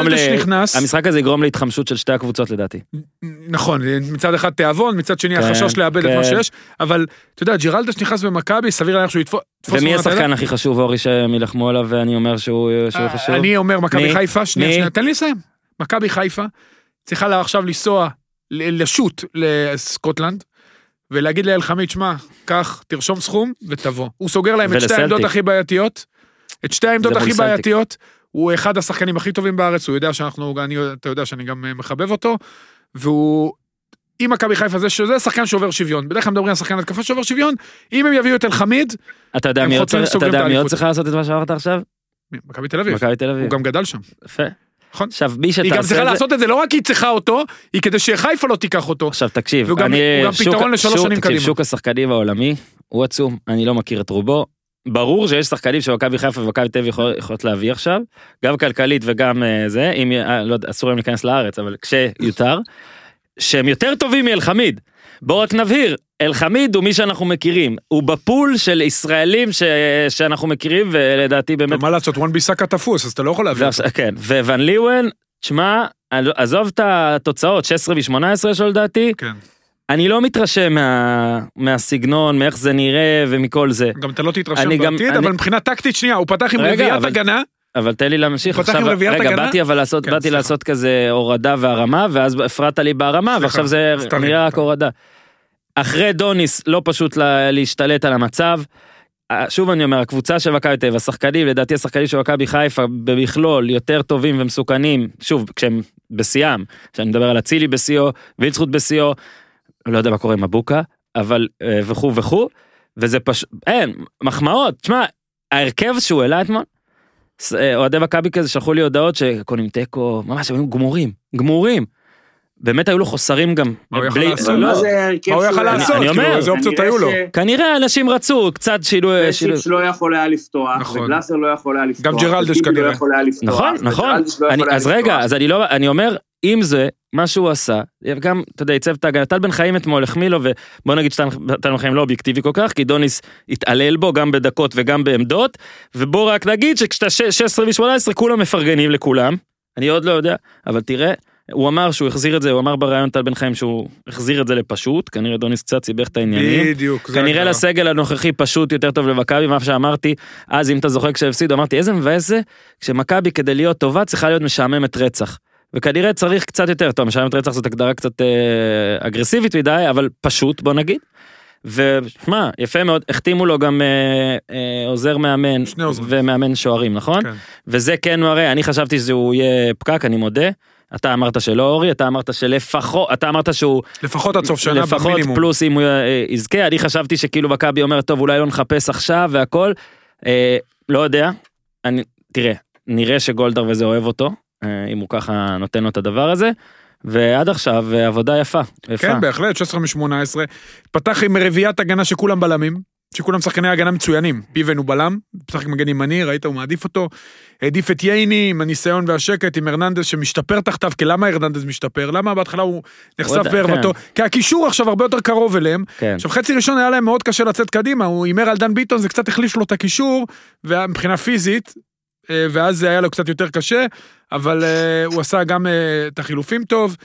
הזה יגרום להתחמשות של שתי הקבוצות לדעתי. נכון, מצד אחד תיאבון, מצד שני החשש לאבד את מה שיש, אבל אתה יודע, ג'רלדש נכנס במכבי, סביר להניח שהוא יתפוס. ומי השחקן הכי חשוב, אורי, שמילחמו עליו, ואני אומר שהוא חשוב? אני אומר מכבי חיפה, שנייה, תן לי לסיים. מכבי חיפה צריכה לה עכשיו לנסוע לשוט לסקוטלנד, ולהגיד לאל חמיד, שמה, קח, תרשום סכום ותבוא. הוא סוגר להם את שתי העמדות הכי בעייתיות, את שתי העמדות הכי בעייתיות, הוא אחד השחקנים הכי טובים בארץ, הוא יודע אתה יודע שאני גם מחבב אותו, והוא, אם מכבי חיפה זה שחקן שעובר שוויון, בדרך כלל מדברים על שחקן התקפה שעובר שוויון, אם הם יביאו את אל חמיד, אתה יודע מי עוד צריך לעשות את מה שאמרת עכשיו? מכבי תל אביב. הוא גם גדל שם. יפה. נכון. עכשיו, מי שתעשה... היא גם צריכה לעשות את זה, לא רק היא צריכה אותו, היא כדי שחיפה לא תיקח אותו. עכשיו, תקשיב, הוא גם פתרון לשלוש שנים קדימה. שוק השחקנים העולמי, הוא עצום, אני לא מכיר את רובו. ברור שיש שחקנים שמכבי חיפה ומכבי תל אביב יכולות להביא עכשיו, גם כלכלית וגם זה, אם, לא, אסור להם להיכנס לארץ, אבל כשיותר, שהם יותר טובים מאל חמיד. בואו רק נבהיר, אל חמיד הוא מי שאנחנו מכירים, הוא בפול של ישראלים שאנחנו מכירים, ולדעתי באמת... מה לעשות, וואן ביסקה תפוס, אז אתה לא יכול להביא אותו. כן, וואן ליוון, תשמע, עזוב את התוצאות, 16 ו-18 שלו לדעתי, כן. אני לא מתרשם מהסגנון, מאיך זה נראה ומכל זה. גם אתה לא תתרשם בעתיד, אבל מבחינה טקטית שנייה, הוא פתח עם רביעת הגנה. אבל תן לי להמשיך. רגע, באתי לעשות כזה הורדה והרמה, ואז הפרעת לי בהרמה, ועכשיו זה נראה רק הורדה. אחרי דוניס, לא פשוט להשתלט על המצב. שוב אני אומר, הקבוצה של מכבי תל אביב, השחקנים, לדעתי השחקנים של מכבי חיפה, במכלול, יותר טובים ומסוכנים, שוב, כשהם בשיאם, כשאני מדבר על אצילי בשיאו, וילצחוט בשיאו, לא יודע מה קורה עם מבוקה, אבל וכו, וזה פשוט, אין, מחמאות, תשמע, ההרכב שהוא העלה אתמול, אוהדי מכבי כזה שלחו לי הודעות שקונים טקו, ממש היו גמורים, באמת היו לו חוסרים גם. מה הוא יכול לעשות? איזה אופציות היו לו? כנראה אנשים רצו קצת שילו... פסיץ' לא יכול היה לפתוח, וגלאסר לא יכול היה לפתוח. גם ג'רלדש כנראה. נכון. אז רגע, אז אני אומר, אם זה מה שהוא עשה, גם, אתה יודע, יצב את ההגנה, טל בן חיים אתמול, החמיא לו, ובוא נגיד שטל בן חיים לא אובייקטיבי כל כך, כי דוניס התעלל בו גם בדקות וגם בעמדות, ובוא רק נגיד שכשאתה 16 ו-18 כולם מפרגנים לכולם, אני עוד לא יודע, אבל תראה, הוא אמר שהוא החזיר את זה, הוא אמר ברעיון טל בן חיים שהוא החזיר את זה לפשוט, כנראה דוניס קצת סיבך את העניינים. בדיוק. כנראה לסגל הנוכחי פשוט יותר טוב למכבי, מה שאמרתי, אז אם אתה זוכר כשהפסיד, אמרתי איזה מבאס זה, כשמכבי כדי להיות טובה צריכה להיות משעממת רצח. וכנראה צריך קצת יותר, טוב, משעממת רצח זאת הגדרה קצת אגרסיבית מדי, אבל פשוט בוא נגיד. ושמע, יפה מאוד, החתימו לו גם עוזר מאמן ומאמן שוערים, נכון? כן. וזה כן מראה, אני חשבתי שהוא יהיה פקק, אני מודה. אתה אמרת שלא אורי, אתה אמרת שלפחות, אתה אמרת שהוא... לפחות עד סוף שנה לפחות במינימום. פלוס אם הוא יזכה, אני חשבתי שכאילו מכבי אומר, טוב, אולי לא נחפש עכשיו והכל, לא יודע, תראה, נראה שגולדר וזה אוהב אותו, אם הוא ככה נותן לו את הדבר הזה, ועד עכשיו עבודה יפה. כן, בהחלט, 16 מ-18, פתח עם רביעת הגנה שכולם בלמים, שכולם שחקני הגנה מצוינים, פיבן הוא בלם, פתח מגן ימני, ראית, הוא מעדיף אותו, העדיף את ייני עם הניסיון והשקט, עם הרננדז שמשתפר תחתיו, כי למה הרננדז משתפר? למה בהתחלה הוא נחשף בערבתו? כי הקישור עכשיו הרבה יותר קרוב אליהם, עכשיו חצי ראשון היה להם מאוד קשה לצאת קדימה, הוא אימר על דן ביטון, זה קצת החליש לו את הקישור, מבחינה פיזית, ואז זה היה לו קצת יותר קשה, אבל הוא עשה גם את החילופים טוב,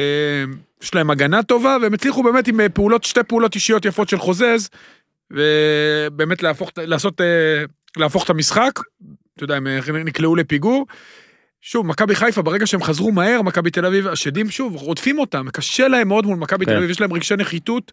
יש להם הגנה טובה, והם הצליחו באמת עם שתי פעולות אישיות יפות של חוזז, ובאמת להפוך את המשחק, אתה יודע, הם נקלעו לפיגור, שוב, מכבי חיפה, ברגע שהם חזרו מהר, מכבי תל אביב, השדים שוב, רודפים אותם, קשה להם מאוד מול מכבי תל אביב, יש להם רגשי נחיתות,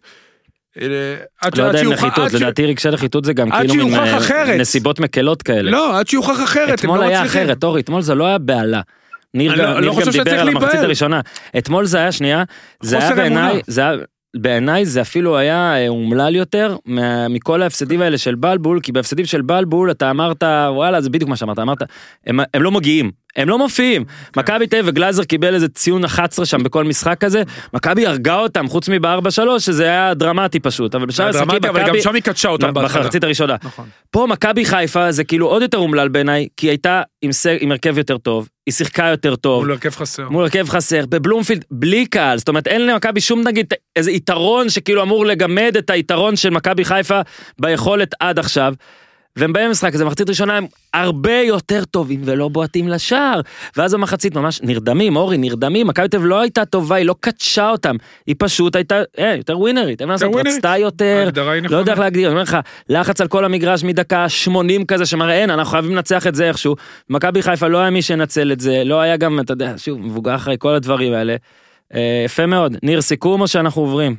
לא יודע אם נחיתות, לדעתי רגשי נחיתות זה גם כאילו נסיבות מקלות כאלה. לא, עד שיוכח אחרת, אתמול היה אחרת, אורי, אתמול זה לא היה בעלה. ניר גם דיבר על המחצית הראשונה. אתמול זה היה שנייה, זה היה בעיניי זה אפילו היה אומלל יותר מכל ההפסדים האלה של בלבול, כי בהפסדים של בלבול אתה אמרת, וואלה, זה בדיוק מה שאמרת, אמרת, הם לא מגיעים, הם לא מופיעים. מכבי תל אביב וגלייזר קיבל איזה ציון 11 שם בכל משחק כזה, מכבי הרגה אותם, חוץ מ-4-3, שזה היה דרמטי פשוט, אבל בשביל השחקים מכבי... אבל גם שם היא קדשה אותם בחצית הראשונה. פה מכבי חיפה זה כאילו עוד יותר אומלל בעיניי, כי הייתה עם הרכב יותר טוב, היא שיחקה יותר טוב. מול הרכב חסר. בבלומפילד, בלי קהל. זאת אומרת, אין למכבי שום נגיד איזה יתרון שכאילו אמור לגמד את היתרון של מכבי חיפה ביכולת עד עכשיו. והם באים משחק, זה מחצית ראשונה, הם הרבה יותר טובים ולא בועטים לשער. ואז המחצית ממש נרדמים, אורי, נרדמים. מכבי תל אביב לא הייתה טובה, היא לא קדשה אותם. היא פשוט הייתה, יותר ווינרית. הם רצתה יותר, לא יודע איך להגדיר. אני אומר לך, לחץ על כל המגרש מדקה 80 כזה, שמראה, אין, אנחנו חייבים לנצח את זה איכשהו. מכבי חיפה לא היה מי שנצל את זה, לא היה גם, אתה יודע, שוב, מבוגר אחרי כל הדברים האלה. יפה מאוד. ניר, סיכום או שאנחנו עוברים?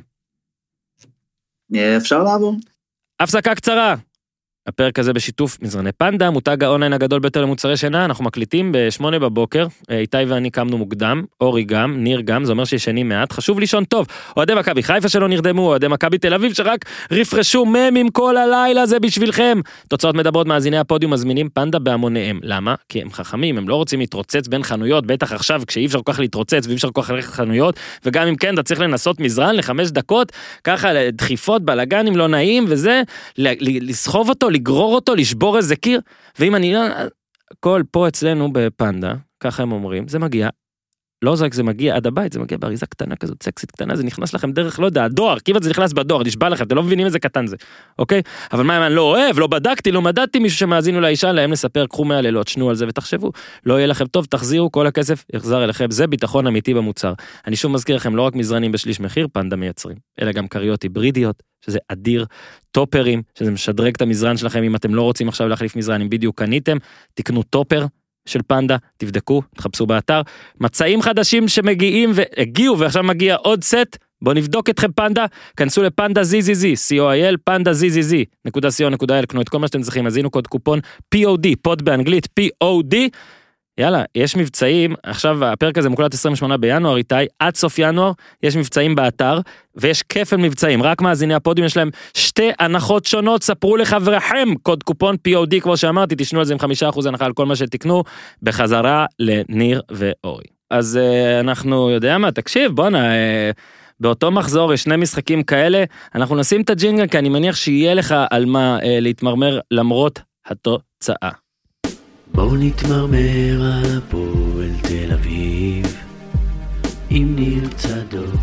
אפשר לעבור? הפסקה קצרה. הפרק הזה בשיתוף מזרני פנדה, מותג האונליין הגדול ביותר למוצרי שינה, אנחנו מקליטים ב8 בבוקר, איתי ואני קמנו מוקדם, אורי גם, ניר גם, זה אומר שישנים מעט, חשוב לישון טוב, אוהדי מכבי חיפה שלא נרדמו, אוהדי מכבי תל אביב שרק רפרשו ממים כל הלילה, זה בשבילכם. תוצאות מדברות, מאזיני הפודיום מזמינים פנדה בהמוניהם, למה? כי הם חכמים, הם לא רוצים להתרוצץ בין חנויות, בטח עכשיו כשאי אפשר כל כך להתרוצץ ואי אפשר כל כך ללכת חנויות, וגם אם כן, אתה צריך לנסות מזרן ל5 דקות, ככה דחיפות, בלגנים לא נעים, וזה, לסחוב אותו, לגרור אותו, לשבור איזה קיר, ואם אני, כל פה אצלנו בפנדה, ככה הם אומרים, זה מגיע, לא רק זה מגיע עד הבית, זה מגיע באריזה קטנה כזאת, סקסית קטנה, זה נכנס לכם דרך, לא יודע, הדואר, כמעט זה נכנס בדואר, נשבע לכם, אתם לא מבינים איזה קטן זה, אוקיי? אבל מה אם אני לא אוהב, לא בדקתי, לא מדדתי, מישהו שמאזינו לאישה, להם לספר, קחו מהלילות, שנו על זה ותחשבו, לא יהיה לכם טוב, תחזירו, כל הכסף יחזר אליכם, זה ביטחון אמיתי במוצר. אני שוב מזכיר לכם, לא רק מזרנים בשליש מחיר, פנדה מייצרים, אלא גם קריות היברידיות, שזה אדיר, טופרים, שזה משדרג את המזרן שלכם, אם אתם לא רוצים עכשיו להחליף מזרן, אם בדיוק קניתם, תקנו טופר של פנדה, תבדקו, תחפשו באתר, מצעים חדשים שמגיעים והגיעו, ועכשיו מגיע עוד סט, בואו נבדוק אתכם פנדה, כנסו לפנדה ZZZ, COIL, פנדה ZZZ.co.il, קנו את כל מה שאתם צריכים, הזינו קוד קופון POD, פוד באנגלית, POD, יאללה, יש מבצעים, עכשיו הפרק הזה מוקלט 28 בינואר, איתי, עד סוף ינואר, יש מבצעים באתר, ויש כפל מבצעים, רק מאזיני הפודיום יש להם 2 הנחות שונות, ספרו לחבריכם, קוד קופון POD, כמו שאמרתי, תשנו על זה עם 5% הנחה על כל מה שתקנו, בחזרה לניר ואורי. אז אנחנו יודע מה, תקשיב, בוא'נה, באותו מחזור יש 2 משחקים כאלה, אנחנו נשים את הג'ינגל, כי אני מניח שיהיה לך על מה להתמרמר למרות התוצאה. בואו נתמרמר על הפועל תל אביב עם ניר צדוק.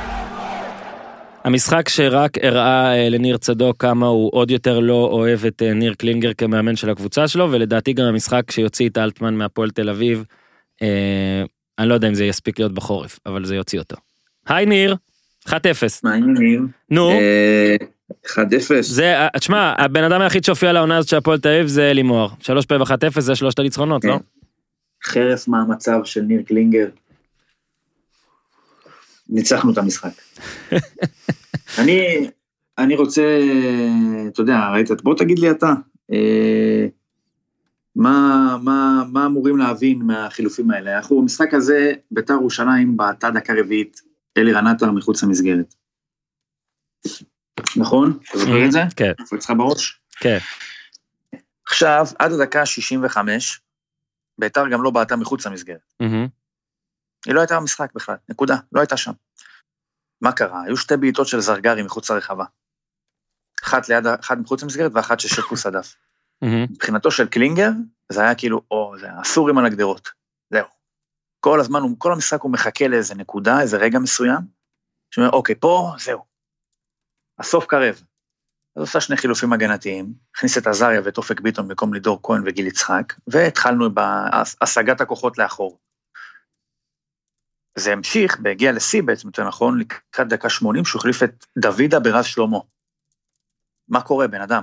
המשחק שרק הראה לניר צדוק כמה הוא עוד יותר לא אוהב את ניר קלינגר כמאמן של הקבוצה שלו, ולדעתי גם המשחק שיוציא את אלטמן מהפועל תל אביב, אני לא יודע אם זה יספיק להיות בחורף, אבל זה יוציא אותו. היי ניר, 1-0. מה עם ניר? נו. 1-0. זה, תשמע, הבן אדם היחיד שהופיע לעונה הזאת של הפועל תל אביב זה לימור. 3 פעמים 1-0 זה 3 הניצחונות, לא? חרף מה המצב של ניר קלינגר. ניצחנו את המשחק. אני רוצה, אתה יודע, ראית, בוא תגיד לי אתה, מה אמורים להבין מהחילופים האלה? אנחנו במשחק הזה, בית"ר ירושלים בעטה דקה רביעית, אלירן עטר מחוץ למסגרת. נכון? אתה זוכר את זה? כן. איפה אצלך בראש? כן. עכשיו, עד הדקה 65, בית"ר גם לא בעטה מחוץ למסגרת. היא לא הייתה במשחק בכלל, נקודה, לא הייתה שם. מה קרה? היו 2 בעיטות של זרגרי מחוץ לרחבה. אחת מחוץ למסגרת ואחת ששקו סדף. מבחינתו של קלינגר, זה היה כאילו, זה הסורים על הגדרות. זהו. כל הזמן, כל המשחק הוא מחכה לאיזה נקודה, איזה רגע מסוים, שאומר, אוקיי, פה, זהו. הסוף קרב. אז עושה 2 חילופים הגנתיים, הכניס את עזריה ואת אופק ביטון במקום לידור כהן וגיל יצחק, והתחלנו בהשגת הכוחות לאחור. זה המשיך, בהגיע לשיא בעצם, יותר נכון, לקראת דקה 80, שהוא החליף את דוידה ברז שלמה. מה קורה, בן אדם?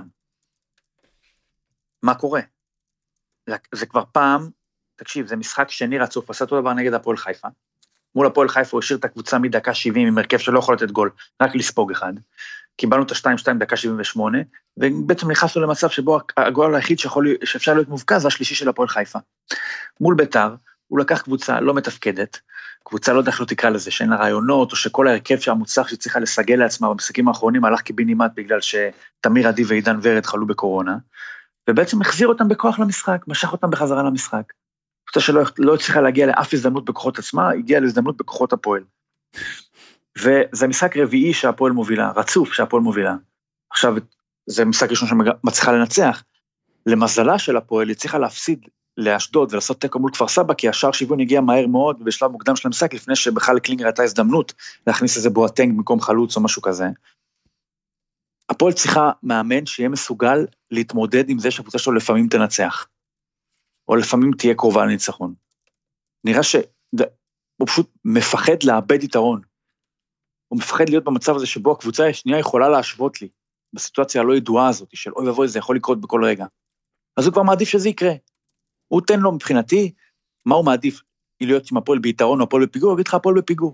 מה קורה? זה כבר פעם, תקשיב, זה משחק שני רצוף, עשה אותו דבר נגד הפועל חיפה. מול הפועל חיפה הוא השאיר את הקבוצה מדקה 70, עם הרכב שלא יכול לתת גול, רק לספוג אחד. קיבלנו את ה-2-2 דקה 78, ובעצם נכנסנו למצב שבו הגול היחיד שאפשר להיות מובקע, זה השלישי של הפועל חיפה. מול בית"ר, הוא לקח קבוצה לא מתפקדת, קבוצה לא דרך לא תקרא לזה, שאין לה רעיונות, או שכל ההרכב שהמוצלח שצריכה לסגל לעצמה במשחקים האחרונים, הלך קיבינימט בגלל שתמיר עדי ועידן ורד חלו בקורונה, ובעצם החזיר אותם בכוח למשחק, משך אותם בחזרה למשחק. קבוצה שלא הצליחה להגיע לאף הזדמנות בכוחות עצמה, הגיעה להזדמנות בכוחות הפועל. וזה משחק רביעי שהפועל מובילה, רצוף שהפועל מובילה. עכשיו, זה משחק ראשון שמצליחה לנצח. למזלה של הפועל, היא צריכה להפסיד לאשדוד ולעשות תיקו מול כפר סבא, כי השער שוויון הגיע מהר מאוד, בשלב מוקדם של המשחק, לפני שבכלל לקלינגר הייתה הזדמנות, להכניס איזה בואטנג במקום חלוץ או משהו כזה. הפועל צריכה מאמן שיהיה מסוגל להתמודד עם זה שהקבוצה שלו לפעמים תנצח, או לפעמים תהיה קרובה לניצחון. נראה שהוא פשוט מפחד לאבד יתרון. הוא מפחד להיות במצב הזה שבו הקבוצה השנייה יכולה להשוות לי, בסיטואציה הלא ידועה הזאת, של אוי ובוי, זה יכול לקרות בכל רגע. אז הוא כבר מעדיף שזה יקרה. הוא תן לו מבחינתי, מה הוא מעדיף? להיות עם הפועל ביתרון או הפועל בפיגור, הוא יגיד לך הפועל בפיגור.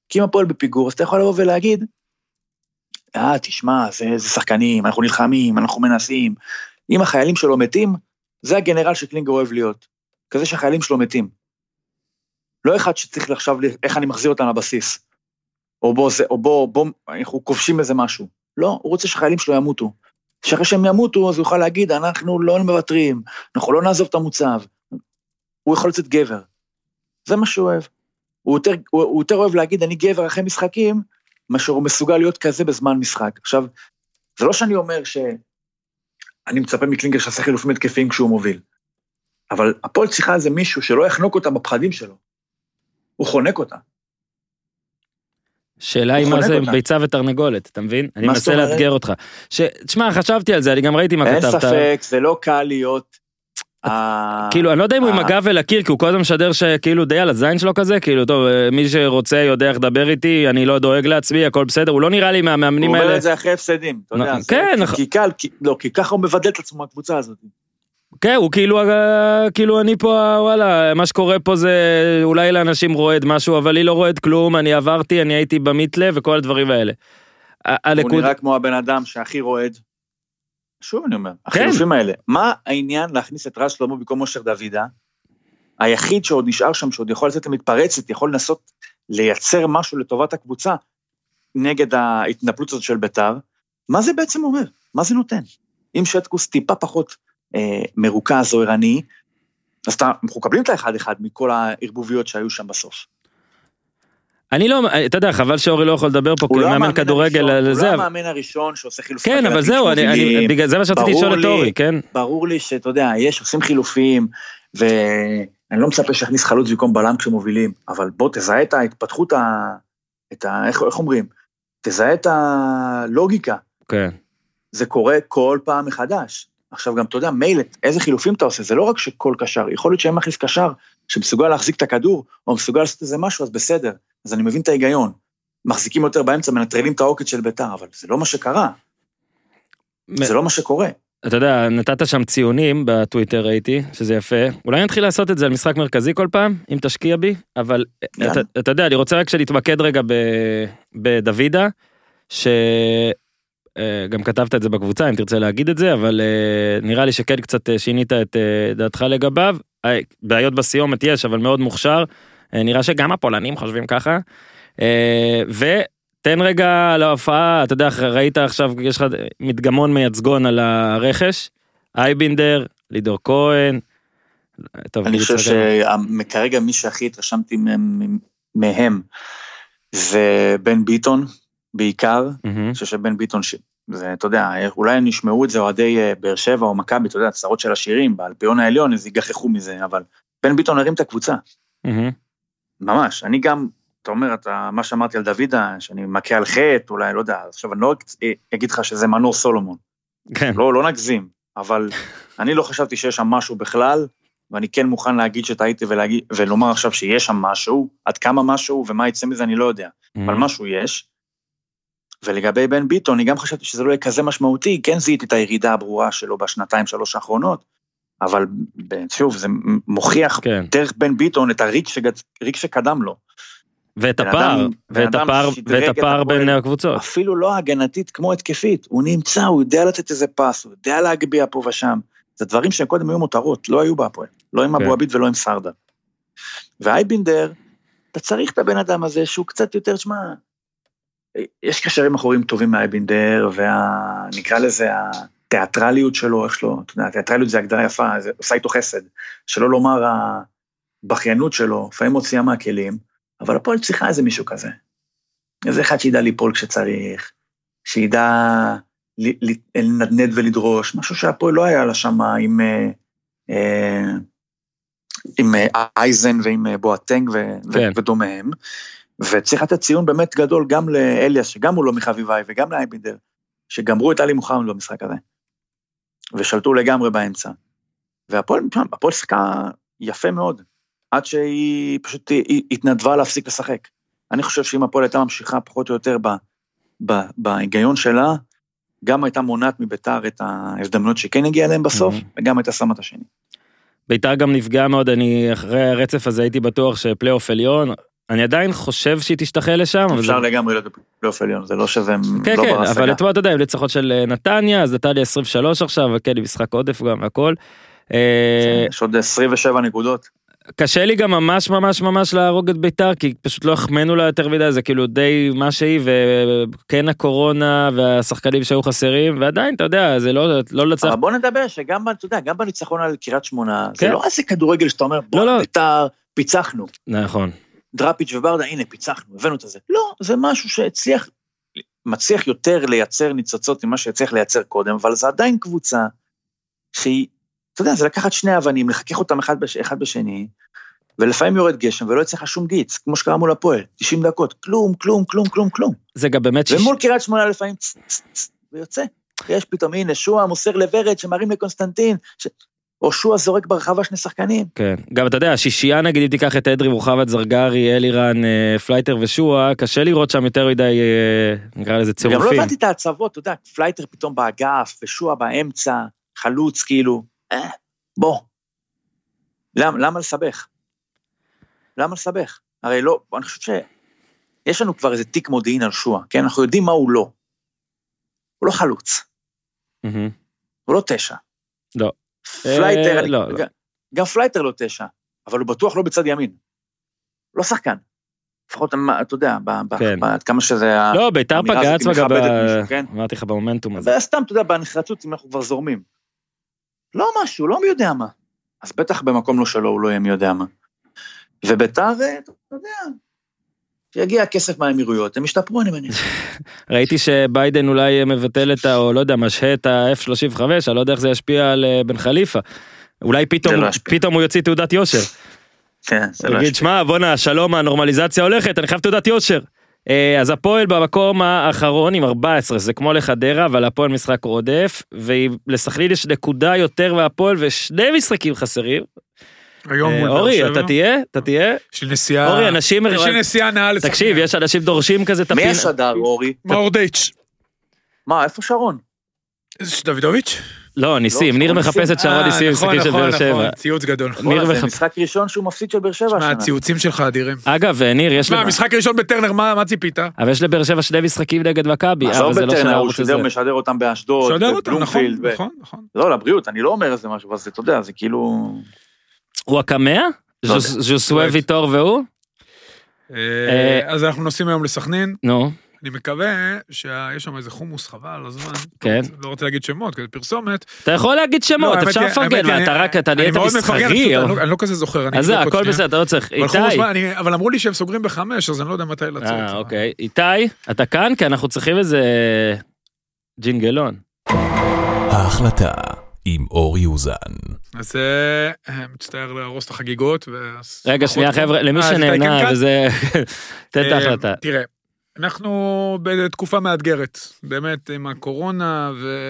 כי אם הפועל בפיגור, אז אתה יכול לבוא ולהגיד, תשמע, זה שחקנים, אנחנו נלחמים, אנחנו מנסים, אם החיילים שלו מתים, זה הגנרל שקלינגר אוהב להיות, כזה שהחיילים שלו מתים. לא אחד שצריך לחשוב איך אני מחזיר אותם לבסיס, או בוא, אנחנו כובשים איזה משהו. לא, הוא רוצה שחיילים שלו ימותו. שאחרי שהם ימותו, אז הוא יוכל להגיד, אנחנו לא מוותרים, אנחנו לא נעזוב את המוצב. הוא יכול לצאת גבר. זה מה שהוא אוהב. הוא יותר אוהב להגיד, אני גבר אחרי משחקים, מאשר הוא מסוגל להיות כזה בזמן משחק. עכשיו, זה לא שאני אומר שאני מצפה מקלינגר שעשה חילופים התקפיים כשהוא מוביל, אבל הפועל צריכה איזה מישהו שלא יחנוק אותה בפחדים שלו. הוא חונק אותה. שאלה היא מה זה ביצה ותרנגולת, אתה מבין? אני מנסה לאתגר אותך. תשמע, חשבתי על זה, אני גם ראיתי מה כתבת. אין ספק, זה לא קל להיות... כאילו, אני לא יודע אם הוא עם הגב אל הקיר, כי הוא כל הזמן משדר שכאילו די על הזין שלו כזה, כאילו, טוב, מי שרוצה יודע איך לדבר איתי, אני לא דואג לעצמי, הכל בסדר, הוא לא נראה לי מהמאמנים האלה. הוא אומר את זה אחרי הפסדים, אתה יודע. כן. כי ככה הוא מבדל את עצמו מהקבוצה הזאת. כן, הוא כאילו אני פה, וואלה, מה שקורה פה זה אולי לאנשים רועד משהו, אבל לי לא רועד כלום, אני עברתי, אני הייתי במיטלה וכל הדברים האלה. הוא נראה כמו הבן אדם שהכי רועד. שוב אני אומר, החילופים האלה, מה העניין להכניס את רז שלמה במקום מושר דוידה, היחיד שעוד נשאר שם, שעוד יכול לצאת למתפרצת, יכול לנסות לייצר משהו לטובת הקבוצה, נגד ההתנפלות הזאת של ביתר, מה זה בעצם אומר? מה זה נותן? אם שטקוס טיפה פחות מרוכז או ערני, אז אנחנו מקבלים את האחד מכל הערבוביות שהיו שם בסוף. אני לא, אתה יודע, חבל שאורי לא יכול לדבר פה, כי הוא מאמן כדורגל על זה. הוא לא המאמן הראשון שעושה חילופים. כן, אבל זהו, בגלל זה מה שרציתי לשאול את אורי, כן? ברור לי שאתה יודע, עושים חילופים, ואני לא מצפה שיכניס חלוץ במקום בלם כשמובילים, אבל בוא תזהה את ההתפתחות, איך אומרים? תזהה את הלוגיקה. כן. זה קורה כל פעם מחדש. עכשיו גם אתה יודע, מיילת, איזה חילופים אתה עושה, זה לא רק שכל קשר, יכול להיות שהם מכניס קשר, שמסוגל להחזיק את הכדור, או מסוגל לעשות איזה משהו, אז בסדר, אז אני מבין את ההיגיון, מחזיקים יותר באמצע, מנטרלים את העוקת של ביתר, אבל זה לא מה שקרה, זה לא מה שקורה. אתה יודע, נתת שם ציונים בטוויטר ראיתי, שזה יפה, אולי נתחיל לעשות את זה על משחק מרכזי כל פעם, אם תשקיע בי, אבל אתה יודע, אני רוצה רק שנתמקד רגע בדוידה, גם כתבת את זה בקבוצה, אם תרצה להגיד את זה, אבל נראה לי שכן קצת שינית את דעתך לגביו, בעיות בסיומת יש, אבל מאוד מוכשר, נראה שגם הפולנים חושבים ככה, ותן רגע להופעה, אתה יודע, ראית עכשיו, יש לך מדגמון מייצגון על הרכש, אייבינדר, לידור כהן, אני חושב שכרגע מי שהכי התרשמתי מהם, זה בן ביטון, בעיקר, אני חושב שבן ביטון, זה, אתה יודע, אולי נשמעו את זה אוהדי באר שבע או מכבי, אתה יודע, צרות של השירים, באלפיון העליון, אז יגחכו מזה, אבל בן ביטון הרים את הקבוצה. ממש, אני גם, אתה אומר, מה שאמרתי על דוידה, שאני מכה על חטא, אולי, לא יודע, עכשיו אני לא אגיד לך שזה מנור סולומון. לא נגזים, אבל אני לא חשבתי שיש שם משהו בכלל, ואני כן מוכן להגיד שטעיתי ולומר עכשיו שיש שם משהו, עד כמה משהו, ומה יצא מזה אני לא יודע, אבל משהו יש. ולגבי בן ביטון, אני גם חשבתי שזה לא יהיה כזה משמעותי, כן זיהיתי את הירידה הברורה שלו בשנתיים, 3 האחרונות, אבל שוב, זה מוכיח דרך בן ביטון את הריק שקדם לו. ואת הפער בין הקבוצות. אפילו לא הגנתית כמו התקפית, הוא נמצא, הוא יודע לתת איזה פס, הוא יודע להגביע פה ושם, זה דברים שקודם היו מותרות, לא היו בהפועל, לא עם אבו עביד ולא עם סרדה. ואייבינדר, אתה צריך את הבן אדם הזה שהוא קצת יותר, שמה, יש קשרים אחורים טובים מאייבינדר, ונקרא לזה התיאטרליות שלו, איך שלו, אתה יודע, התיאטרליות זה הגדרה יפה, זה עושה איתו חסד, שלא לומר הבחיינות שלו, לפעמים מוציאה מהכלים, אבל הפועל צריכה איזה מישהו כזה, איזה אחד שידע ליפול כשצריך, שידע לנדנד ולדרוש, משהו שהפועל לא היה לה שם עם אייזן ועם בואטנג ודומיהם, וצריך לתת ציון באמת גדול גם לאליאס, שגם הוא לא מחביבי, וגם לאייבינדר, שגמרו את עלי מוחמד במשחק הזה, ושלטו לגמרי באמצע. והפועל שחקה יפה מאוד, עד שהיא פשוט התנדבה להפסיק לשחק. אני חושב שאם הפועל הייתה ממשיכה פחות או יותר בהיגיון שלה, גם הייתה מונעת מביתר את ההזדמנות שכן הגיעה אליהם בסוף, וגם הייתה שמה את השני. ביתר גם נפגעה מאוד, אני אחרי הרצף הזה הייתי בטוח שפלייאוף עליון, אני עדיין חושב שהיא תשתחל לשם. אפשר לגמרי לפלייאוף עליון, זה לא שזה כן, כן, אבל אתמול אתה יודע, עם ניצחון של נתניה, אז נתניה 23 עכשיו, וכן, משחק עודף גם והכל. יש עוד 27 נקודות. קשה לי גם ממש ממש ממש להרוג את ביתר, כי פשוט לא החמנו לה יותר מדי, זה כאילו די מה שהיא, וכן הקורונה והשחקנים שהיו חסרים, ועדיין, אתה יודע, זה לא לצח... אבל בוא נדבר שגם, אתה יודע, גם בניצחון על קריית שמונה, זה לא איזה כדורגל שאתה אומר, בוא, ביתר, פיצחנו. נכון. דראפיץ' וברדה, הנה, פיצחנו, הבאנו את זה. לא, זה משהו שהצליח, מצליח יותר לייצר ניצוצות ממה שהצליח לייצר קודם, אבל זה עדיין קבוצה שהיא, אתה יודע, זה לקחת שני אבנים, לחכך אותם אחד בשני, ולפעמים יורד גשם, ולא יצליח שום גיץ, כמו שקרה מול הפועל, 90 דקות, כלום, כלום, כלום, כלום, כלום. זה גם באמת... ומול קריית שמונה לפעמים, ויוצא. יש פתאום, הנה, שועה מוסר לוורד, שמרים לקונסטנטין, או שועה זורק ברחבה שני שחקנים. כן, גם אתה יודע, השישייה נגיד, אם תיקח את אדרי, רוחבת זרגרי, אלירן, פלייטר ושועה, קשה לראות שם יותר מדי, נקרא לזה צירופים. גם לא הבנתי את העצבות, אתה יודע, פלייטר פתאום באגף, ושועה באמצע, חלוץ כאילו, בוא. למה לסבך? למה לסבך? הרי לא, אני חושב שיש לנו כבר איזה תיק מודיעין על שועה, כן? אנחנו יודעים מה הוא לא. הוא לא חלוץ. הוא לא 9. לא. פלייטר, גם פלייטר לא 9, אבל הוא בטוח לא בצד ימין. לא שחקן. לפחות, אתה יודע, כמה שזה... לא, ביתר פגץ אמרתי לך במומנטום הזה. סתם, אתה יודע, בנחרצות, אם אנחנו כבר זורמים. לא משהו, לא מי יודע מה. אז בטח במקום לא שלו, הוא לא יהיה מי יודע מה. וביתר, אתה יודע, שיגיע הכסף מהאמירויות, הם השתפרו, אני מניח. ראיתי שביידן אולי מבטל את או לא יודע, משהה את ה-F-35, אני לא יודע איך זה ישפיע על בן חליפה. אולי פתאום הוא יוציא תעודת יושר. כן, זה לא יגיד, שמע, בונה, שלום, הנורמליזציה הולכת, אני חייב תעודת יושר. אז הפועל במקום האחרון עם 14, זה כמו לחדרה, אבל הפועל משחק רודף, ולסכנין יש נקודה יותר מהפועל, ושני משחקים חסרים. אורי, אתה תהיה? יש לי נסיעה... אורי, אנשים... יש לי נסיעה נעה לסכנין. תקשיב, יש אנשים דורשים כזה... מי השדר, אורי? מאור דייץ'. מה, איפה שרון? איזה דוידוביץ'? לא, ניסים, ניר מחפש את שרון ניסים, משחקים של באר שבע. נכון, ציוץ גדול. זה משחק ראשון שהוא מפסיד של באר שבע. הציוצים שלך אדירים. אגב, ניר, יש... מה, משחק ראשון בטרנר, מה ציפית? אבל יש לבאר שבע שני משחקים נגד מכבי. עזוב בטרנר, הוא משדר אותם באשדוד. משדר אותם, נכון. לא, לבריאות, אני לא אומר איזה משהו, אבל אתה יודע, זה כאילו... הוא הקמע? ז'וסווה ויטור והוא? אז אנחנו נוסעים היום לסכנין. נו. אני מקווה שיש שם איזה חומוס חבל על הזמן. כן. לא רוצה להגיד שמות, כזה פרסומת. אתה יכול להגיד שמות, אפשר לפרגן, ואתה נהיית מסחרי. אני לא כזה זוכר. אז זה, הכל בסדר, אתה לא צריך. איתי. אבל אמרו לי שהם סוגרים ב5, אז אני לא יודע מתי לצאת. אוקיי. איתי, אתה כאן? כי אנחנו צריכים איזה ג'ינגלון. ההחלטה עם אור יוזן. אז מצטער להרוס את החגיגות. רגע, שנייה חבר'ה, למי שנהנה, וזה... תן את ההחלטה. תראה. אנחנו בתקופה מאתגרת, באמת עם הקורונה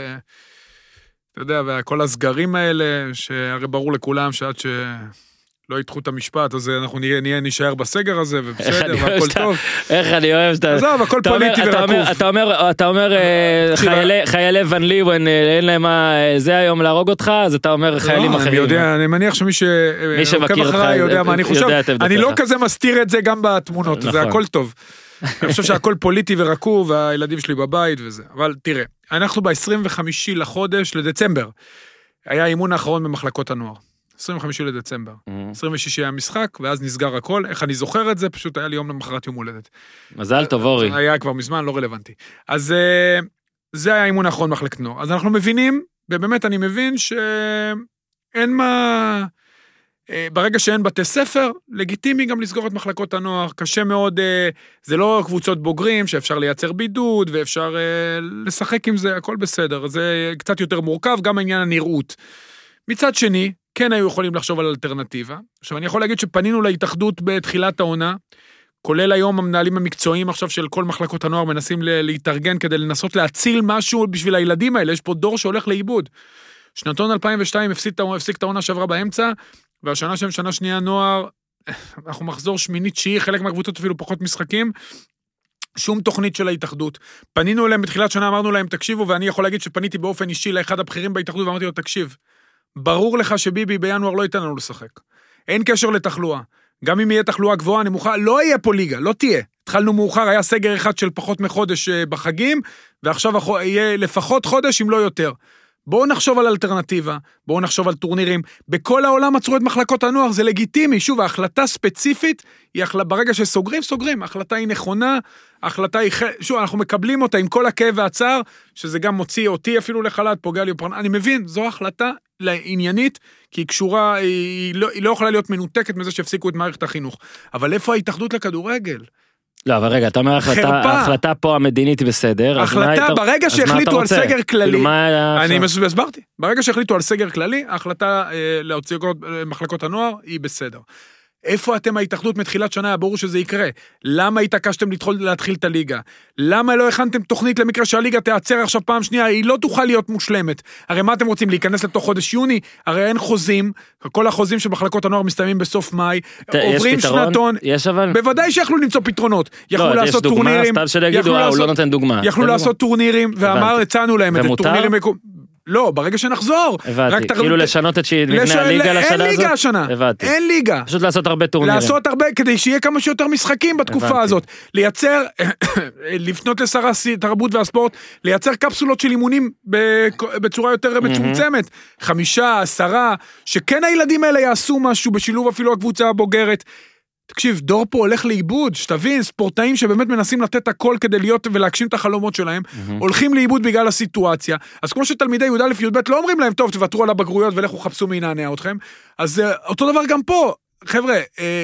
אתה יודע, וכל הסגרים האלה, שהרי ברור לכולם שעד שלא ידחו את המשפט, אז אנחנו נשאר בסגר הזה, ובסדר, והכל טוב. איך אני אוהב שאתה... עזוב, הכל פוליטי ורקוף. אתה אומר, חיילי ון ליוון, אין להם מה, זה היום להרוג אותך, אז אתה אומר חיילים אחרים. אני מניח שמי שעוקב אחריי יודע מה אני חושב. אני לא כזה מסתיר את זה גם בתמונות, זה הכל טוב. אני חושב שהכל פוליטי ורקוב, והילדים שלי בבית וזה. אבל תראה, אנחנו ב-25 לחודש לדצמבר, היה האימון האחרון במחלקות הנוער. 25 לדצמבר. 26 היה משחק, ואז נסגר הכל. איך אני זוכר את זה? פשוט היה לי יום למחרת יום הולדת. מזל טוב, אורי. היה כבר מזמן, לא רלוונטי. אז זה היה האימון האחרון במחלקת נוער. אז אנחנו מבינים, ובאמת אני מבין שאין מה... ברגע שאין בתי ספר, לגיטימי גם לסגור את מחלקות הנוער, קשה מאוד, זה לא קבוצות בוגרים, שאפשר לייצר בידוד, ואפשר לשחק עם זה, הכל בסדר, זה קצת יותר מורכב, גם העניין הנראות. מצד שני, כן היו יכולים לחשוב על אלטרנטיבה, עכשיו אני יכול להגיד שפנינו להתאחדות בתחילת העונה, כולל היום המנהלים המקצועיים עכשיו של כל מחלקות הנוער, מנסים להתארגן כדי לנסות להציל משהו בשביל הילדים האלה, יש פה דור שהולך לאיבוד. שנתון 2002 הפסיק את העונה שעברה באמצע, והשנה שהם שנה שנייה נוער, אנחנו מחזור שמינית שהיא, חלק מהקבוצות אפילו פחות משחקים, שום תוכנית של ההתאחדות. פנינו אליהם בתחילת שנה, אמרנו להם תקשיבו, ואני יכול להגיד שפניתי באופן אישי לאחד הבכירים בהתאחדות, ואמרתי לו תקשיב, ברור לך שביבי בינואר לא ייתן לנו לשחק. אין קשר לתחלואה. גם אם יהיה תחלואה גבוהה, נמוכה, לא יהיה פה ליגה, לא תהיה. התחלנו מאוחר, היה סגר אחד של פחות מחודש בחגים, ועכשיו יהיה לפחות חודש, אם לא יותר. בואו נחשוב על אלטרנטיבה, בואו נחשוב על טורנירים. בכל העולם עצרו את מחלקות הנוער, זה לגיטימי. שוב, ההחלטה ספציפית, ברגע שסוגרים, סוגרים. ההחלטה היא נכונה, ההחלטה היא, שוב, אנחנו מקבלים אותה עם כל הכאב והצער, שזה גם מוציא אותי אפילו לחל"ת, פוגע לי בפרנסה. אני מבין, זו החלטה לעניינית, כי היא קשורה, היא לא יכולה להיות מנותקת מזה שהפסיקו את מערכת החינוך. אבל איפה ההתחדות לכדורגל? לא, אבל רגע, אתה אומר, ההחלטה פה המדינית היא בסדר. החלטה, ברגע שהחליטו על סגר כללי, אני הסברתי, ברגע שהחליטו על סגר כללי, ההחלטה להוציא מחלקות הנוער היא בסדר. איפה אתם ההתאחדות מתחילת שנה, ברור שזה יקרה? למה התעקשתם להתחיל את הליגה? למה לא הכנתם תוכנית למקרה שהליגה תיעצר עכשיו פעם שנייה? היא לא תוכל להיות מושלמת. הרי מה אתם רוצים, להיכנס לתוך חודש יוני? הרי אין חוזים, כל החוזים של מחלקות הנוער מסתיימים בסוף מאי, עוברים שנתון. יש אבל? בוודאי שיכלו למצוא פתרונות. יכלו לעשות טורנירים. הוא לא נותן דוגמה. יכלו לעשות טורנירים, ואמר, הצענו להם את טורנירים. לא, ברגע שנחזור. הבנתי, כאילו לשנות את מבנה הליגה לשנה הזאת? אין ליגה השנה. הבנתי. אין ליגה. פשוט לעשות הרבה טורנירים. לעשות הרבה, כדי שיהיה כמה שיותר משחקים בתקופה הזאת. לייצר, לפנות לשר התרבות והספורט, לייצר קפסולות של אימונים בצורה יותר מצומצמת. 5, 10, שכן הילדים האלה יעשו משהו בשילוב אפילו הקבוצה הבוגרת. תקשיב, דור פה הולך לאיבוד, שתבין, ספורטאים שבאמת מנסים לתת הכל כדי להיות ולהגשים את החלומות שלהם, הולכים לאיבוד בגלל הסיטואציה. אז כמו שתלמידי י"א י"ב לא אומרים להם, טוב, תוותרו על הבגרויות ולכו חפשו מי ינענע אתכם, אז אותו דבר גם פה, חבר'ה,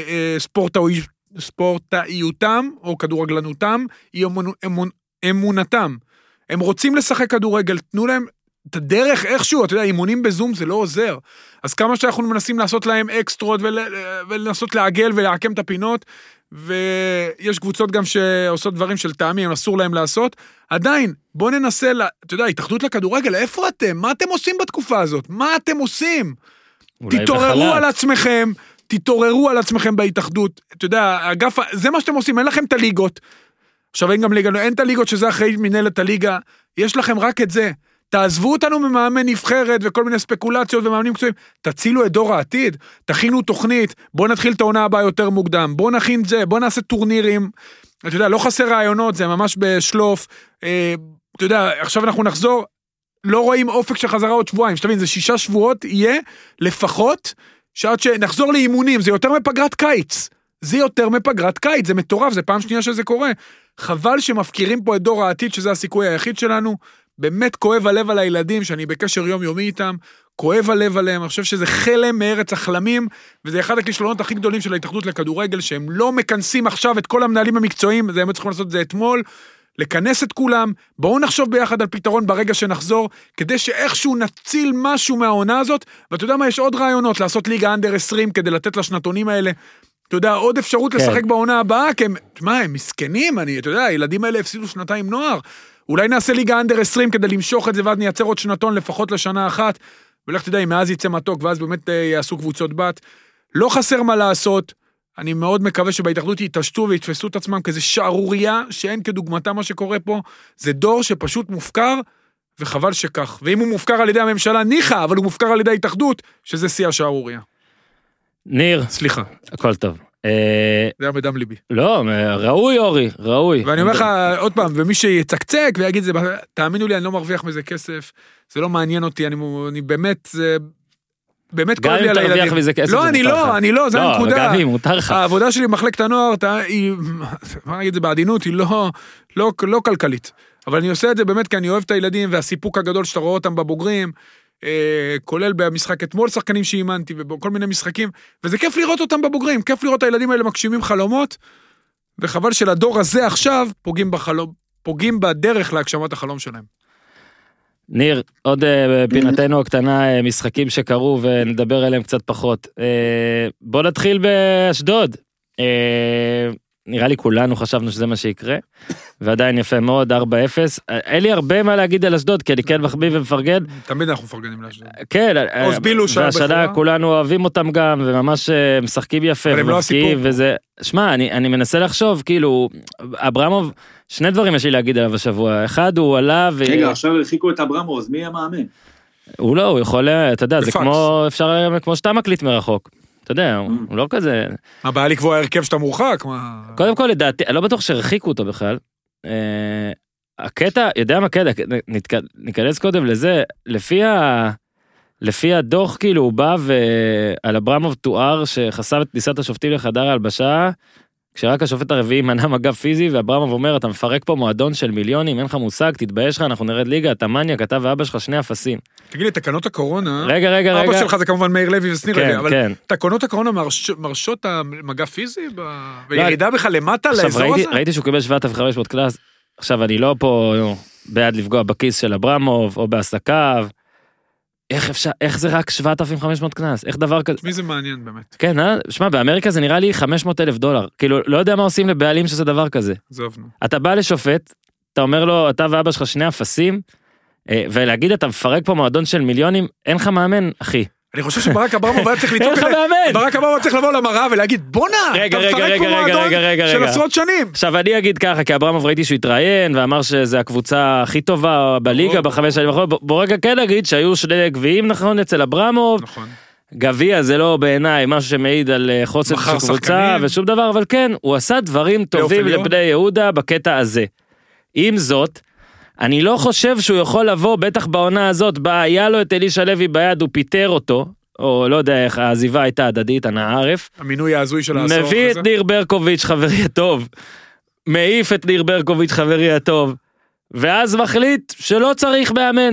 ספורטאיותם או כדורגלנותם היא אמונתם. הם רוצים לשחק כדורגל, תנו להם את הדרך איכשהו, אתה יודע, אימונים בזום זה לא עוזר. אז כמה שאנחנו מנסים לעשות להם אקסטרות ולנסות לעגל ולעקם את הפינות, ויש קבוצות גם שעושות דברים של טעמים, אסור להם לעשות, עדיין, בואו ננסה, אתה יודע, התאחדות לכדורגל, איפה אתם? מה אתם עושים בתקופה הזאת? מה אתם עושים? תתעוררו על עצמכם בהתאחדות, אתה יודע, אגף, זה מה שאתם עושים, אין לכם את הליגות, עכשיו אין גם ליגה, אין את הליגות שזה אחרי מנהלת הליגה, יש לכם רק את זה, תעזבו אותנו ממאמן נבחרת וכל מיני ספקולציות ומאמנים קצועים, תצילו את דור העתיד, תכינו תוכנית, בואו נתחיל את העונה הבאה יותר מוקדם, בואו נכין זה, בואו נעשה טורנירים, אתה יודע, לא חסר רעיונות, זה ממש בשלוף, אתה יודע, עכשיו אנחנו נחזור, לא רואים אופק של חזרה עוד שבועיים, שתבין, זה 6 שבועות יהיה לפחות, שעד שנחזור לאימונים, זה יותר מפגרת קיץ, זה מטורף, זה פעם שנייה שזה קורה, חבל שמפקירים פה את דור העתיד, שזה הסיכוי היחיד שלנו, באמת כואב הלב על הילדים, שאני בקשר יומיומי איתם, כואב הלב עליהם, אני חושב שזה חלם מארץ החלמים, וזה אחד הכישלונות הכי גדולים של ההתאחדות לכדורגל, שהם לא מכנסים עכשיו את כל המנהלים המקצועיים, זה הם צריכים לעשות את זה אתמול, לכנס את כולם, בואו נחשוב ביחד על פתרון ברגע שנחזור, כדי שאיכשהו נציל משהו מהעונה הזאת, ואתה יודע מה, יש עוד רעיונות, לעשות ליגה אנדר 20, כדי לתת לשנתונים האלה, אתה יודע, עוד אפשרות לשחק בעונה הבאה, כי הם מסכנים, אתה יודע, הילדים האלה הפסידו שנתיים נוער, אולי נעשה ליגה אנדר 20 כדי למשוך את זה, ואז נייצר עוד שנתון לפחות לשנה אחת, ולך תדע, אם מאז יצא מתוק, ואז באמת יעשו קבוצות בת. לא חסר מה לעשות, אני מאוד מקווה שבהתאחדות יתעשתו ויתפסו את עצמם, כזה שערוריה שאין כדוגמתה מה שקורה פה, זה דור שפשוט מופקר, וחבל שכך. ואם הוא מופקר על ידי הממשלה, ניחה, אבל הוא מופקר על ידי ההתאחדות, שזה שיא השערוריה. ניר. סליחה. הכל טוב. זה היה בדם ליבי. לא, ראוי אורי, ראוי. ואני אומר לך עוד פעם, ומי שיצקצק ויגיד זה, תאמינו לי, אני לא מרוויח מזה כסף, זה לא מעניין אותי, אני באמת, זה באמת כואב לי על הילדים. גם אם תרוויח מזה כסף, לא, אני לא, זה הנקודה. גם אם מותר לך. העבודה שלי במחלקת הנוער, מה נגיד זה בעדינות, היא לא כלכלית. אבל אני עושה את זה באמת כי אני אוהב את הילדים, והסיפוק הגדול שאתה רואה אותם בבוגרים, כולל במשחק אתמול שחקנים שאימנתי ובכל מיני משחקים, וזה כיף לראות אותם בבוגרים, כיף לראות הילדים האלה מגשימים חלומות, וחבל שלדור הזה עכשיו פוגעים בדרך להגשמת החלום שלהם. ניר, עוד פינתנו הקטנה, משחקים שקרו ונדבר עליהם קצת פחות. בוא נתחיל באשדוד. נראה לי כולנו חשבנו שזה מה שיקרה, ועדיין יפה מאוד, 4-0. אין לי הרבה מה להגיד על אשדוד, כי אני כן מחביא ומפרגן. תמיד אנחנו מפרגנים לאשדוד. כן, והשנה כולנו אוהבים אותם גם, וממש משחקים יפה, ומפקיעים, וזה... שמע, אני מנסה לחשוב, כאילו, אברמוב, 2 דברים יש לי להגיד עליו השבוע. אחד, הוא עלה ו... רגע, עכשיו הרחיקו את אברמוב, אז מי המאמן? הוא לא, הוא יכול, אתה יודע, זה כמו, אפשר, כמו שאתה מקליט מרחוק. אתה יודע, הוא לא כזה... מה, בא לקבוע הרכב שאתה מורחק? קודם כל, לדעתי, אני לא בטוח שהרחיקו אותו בכלל. הקטע, יודע מה קטע, ניכנס קודם לזה, לפי הדוח, כאילו, הוא בא ועל אברמוב תואר שחשף את כניסת השופטים לחדר ההלבשה, כשרק השופט הרביעי מנע מגע פיזי, ואברמוב אומר, אתה מפרק פה מועדון של מיליונים, אין לך מושג, תתבייש לך, אנחנו נרד ליגה, אתה מניאק, אתה ואבא שלך שני אפסים. תגיד לי, תקנות הקורונה... רגע. אבא שלך זה כמובן מאיר לוי וסניר לוי, אבל כן. תקנות הקורונה מרשות המגע פיזי בירידה בכלל למטה לאזור הזה? ראיתי שהוא קיבל 7,500 קלאס, עכשיו אני לא פה בעד לפגוע בכיס של אברמוב, או בעסקיו, איך זה רק 7,500 קנס? איך דבר כזה? מי זה מעניין באמת? כן, שמע, באמריקה זה נראה לי $500,000. כאילו, לא יודע מה עושים לבעלים שזה דבר כזה. זובנו. אתה בא לשופט, אתה אומר לו, אתה ואבא שלך שני אפסים, ולהגיד, אתה מפרק פה מועדון של מיליונים, אין לך מאמן, אחי. אני חושב שברק אברמוב היה צריך אין לך מאמן! ברק אברמוב צריך לבוא למראה ולהגיד, בונה, אתה מפרק פה מועדון של עשרות שנים. עכשיו אני אגיד ככה, כי אברמוב ראיתי שהוא התראיין, ואמר שזה הקבוצה הכי טובה בליגה בחמש שנים האחרונות. בוא רגע כן נגיד שהיו שני גביעים, נכון, אצל אברמוב. נכון. גביע זה לא בעיניי משהו שמעיד על חוסר של קבוצה ושום דבר, אבל כן, הוא עשה דברים טובים לבני יהודה בקטע הזה. עם זאת, אני לא חושב שהוא יכול לבוא, בטח בעונה הזאת, היה לו את אלישע לוי ביד, הוא פיטר אותו, או לא יודע איך, העזיבה הייתה הדדית, הנערף. המינוי העזוי של העשור. מביא את ניר ברקוביץ' חברי הטוב, מעיף את ניר ברקוביץ' חברי הטוב, ואז מחליט שלא צריך מאמן.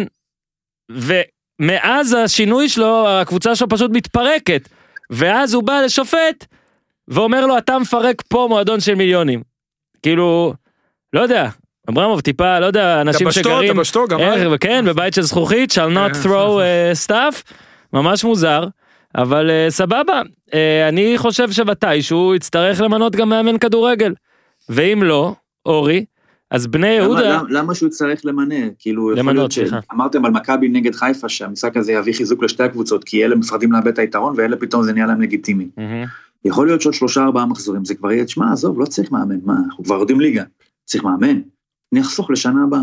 ומאז השינוי שלו, הקבוצה שלו פשוט מתפרקת, ואז הוא בא לשופט, ואומר לו, אתה מפרק פה מועדון של מיליונים. כאילו, לא יודע, אברמוב טיפה, לא יודע, אנשים שגרים, כן, בבית של זכוכית, shall not throw stuff, ממש מוזר, אבל סבבה, אני חושב שמתישהו יצטרך למנות גם מאמן כדורגל, ואם לא, אורי, אז בני יהודה... למה שהוא יצטרך למנה? כאילו, למנות, סליחה. אמרתם על מכבי נגד חיפה, שהמשחק הזה יביא חיזוק לשתי הקבוצות, כי אלה מפחדים לאבד את היתרון, ואלה פתאום זה נהיה להם לגיטימי. יכול להיות שעוד 3-4 מחזורים, זה כבר יהיה, שמה, עזוב, לא צריך מאמן, מה, אנחנו כבר יודעים ליגה, צריך מאמן. אני אחסוך לשנה הבאה.